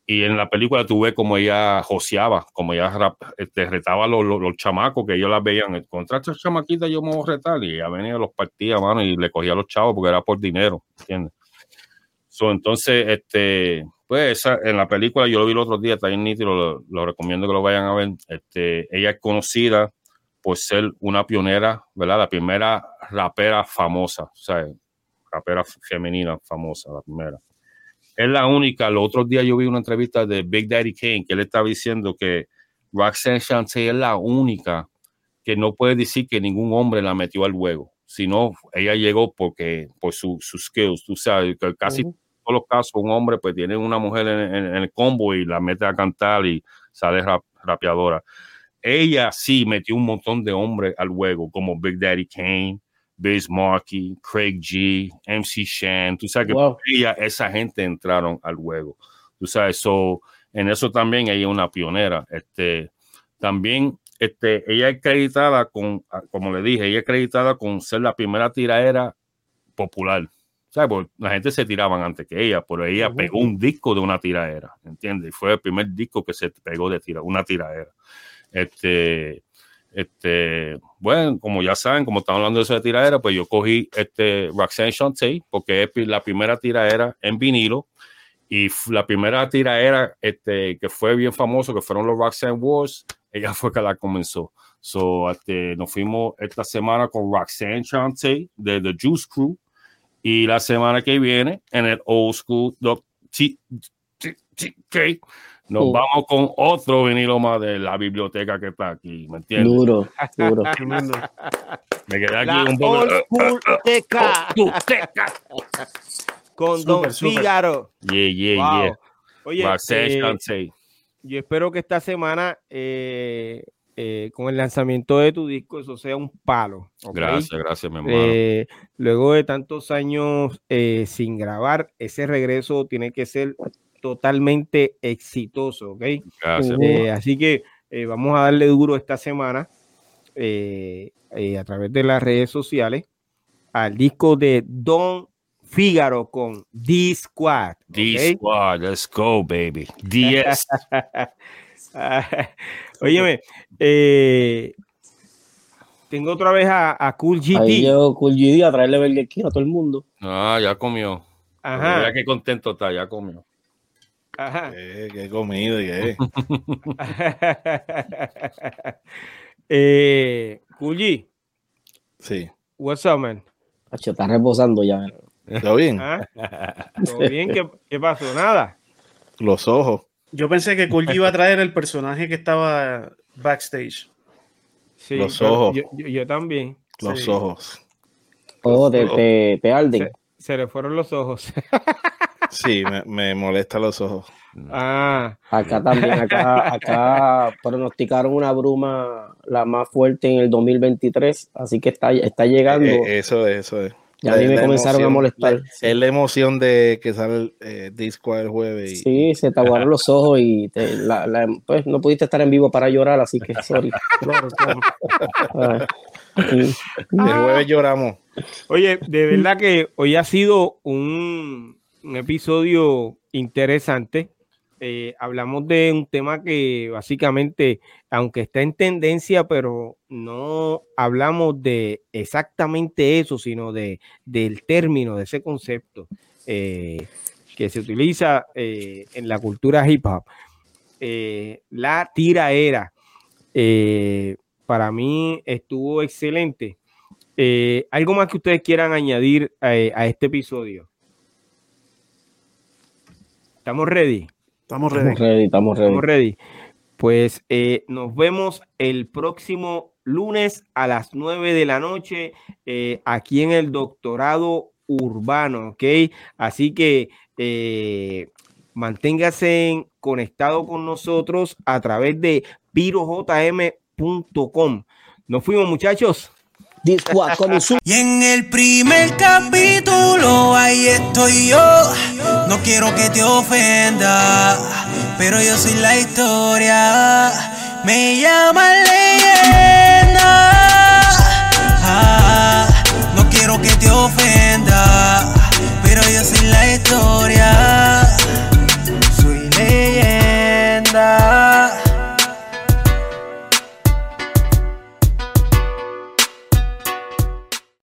Y en la película tú ves como ella joseaba, como ella retaba a los chamacos, que ellos las veían. Contra estas chamaquitas yo me voy a retar. Y ella venía, los partía, mano, y le cogía a los chavos porque era por dinero, ¿entiendes? Entonces, pues en la película, yo lo vi el otro día, está bien nítido, lo recomiendo que lo vayan a ver. Ella es conocida por ser una pionera, ¿verdad? La primera rapera famosa, o sea, rapera femenina famosa, la primera. Es la única. Los otros días yo vi una entrevista de Big Daddy Kane que él estaba diciendo que Roxanne Shante es la única que no puede decir que ningún hombre la metió al juego, sino ella llegó por sus skills. Tú sabes que casi todos los casos un hombre pues tiene una mujer en el combo y la mete a cantar y sale rapeadora. Ella sí metió un montón de hombres al juego, como Big Daddy Kane, Biz Markie, Craig G, MC Shan. Tú sabes que esa gente entraron al juego. Tú sabes, en eso también ella es una pionera. También ella es acreditada con, como le dije, ella es acreditada con ser la primera tiradera popular. ¿Sabes? Porque la gente se tiraban antes que ella, pero ella pegó un disco de una tiradera, ¿entiendes? Fue el primer disco que se pegó de una tiradera. Bueno, como ya saben, como estamos hablando de eso de tiradera, pues yo cogí Roxanne Shante porque es la primera tiradera en vinilo y la primera tiradera que fue bien famoso, que fueron los Roxanne Wars, ella fue que la comenzó. Nos fuimos esta semana con Roxanne Shante de The Juice Crew y la semana que viene en el Old School nos vamos con otro vinilo más de la biblioteca que está aquí, ¿me entiendes? Duro. Me quedé aquí un poco. Con Don Fígaro. Yeah. Oye, yo espero que esta semana con el lanzamiento de tu disco eso sea un palo. ¿Okay? Gracias, mi hermano. Luego de tantos años sin grabar, ese regreso tiene que ser totalmente exitoso, ¿ok? Gracias. Así que vamos a darle duro esta semana a través de las redes sociales al disco de Don Fígaro con D-Squad. D-Squad, let's go, baby. DS. Óyeme, tengo otra vez a Cool GD. Ahí llegó Cool GD a traerle Burger King a todo el mundo. Ya comió. Ajá. Mira qué contento está, ya comió. Ajá. Qué comido, Cool G. Sí. What's up, man? Pacho, está reposando ya. ¿Todo bien? ¿Todo bien? ¿Qué pasó? Nada. Los ojos. Yo pensé que Cool G iba a traer el personaje que estaba backstage. Sí, los ojos. Yo también. Los ojos. Te arden. Se le fueron los ojos. Sí, me molesta los ojos. Acá también, acá pronosticaron una bruma la más fuerte en el 2023, así que está llegando. Eso es. Ya a mí me comenzaron a molestar. Es la emoción de que sale el disco el jueves. Sí, se te aguaron los ojos y pues no pudiste estar en vivo para llorar, así que sorry. Claro. El jueves lloramos. Oye, de verdad que hoy ha sido un episodio interesante. Hablamos de un tema que básicamente, aunque está en tendencia, pero no hablamos de exactamente eso, sino del término, de ese concepto que se utiliza en la cultura hip hop. La tiraera para mí estuvo excelente. ¿Algo más que ustedes quieran añadir a este episodio? ¿Estamos ready? Estamos ready. Pues nos vemos el próximo lunes a las 9 de la noche aquí en el Doctorado Urbano, ¿ok? Así que manténgase conectado con nosotros a través de pirojm.com. Nos fuimos, muchachos. Y en el primer capítulo ahí estoy yo. No quiero que te ofenda, pero yo soy la historia. Me llaman Leyes.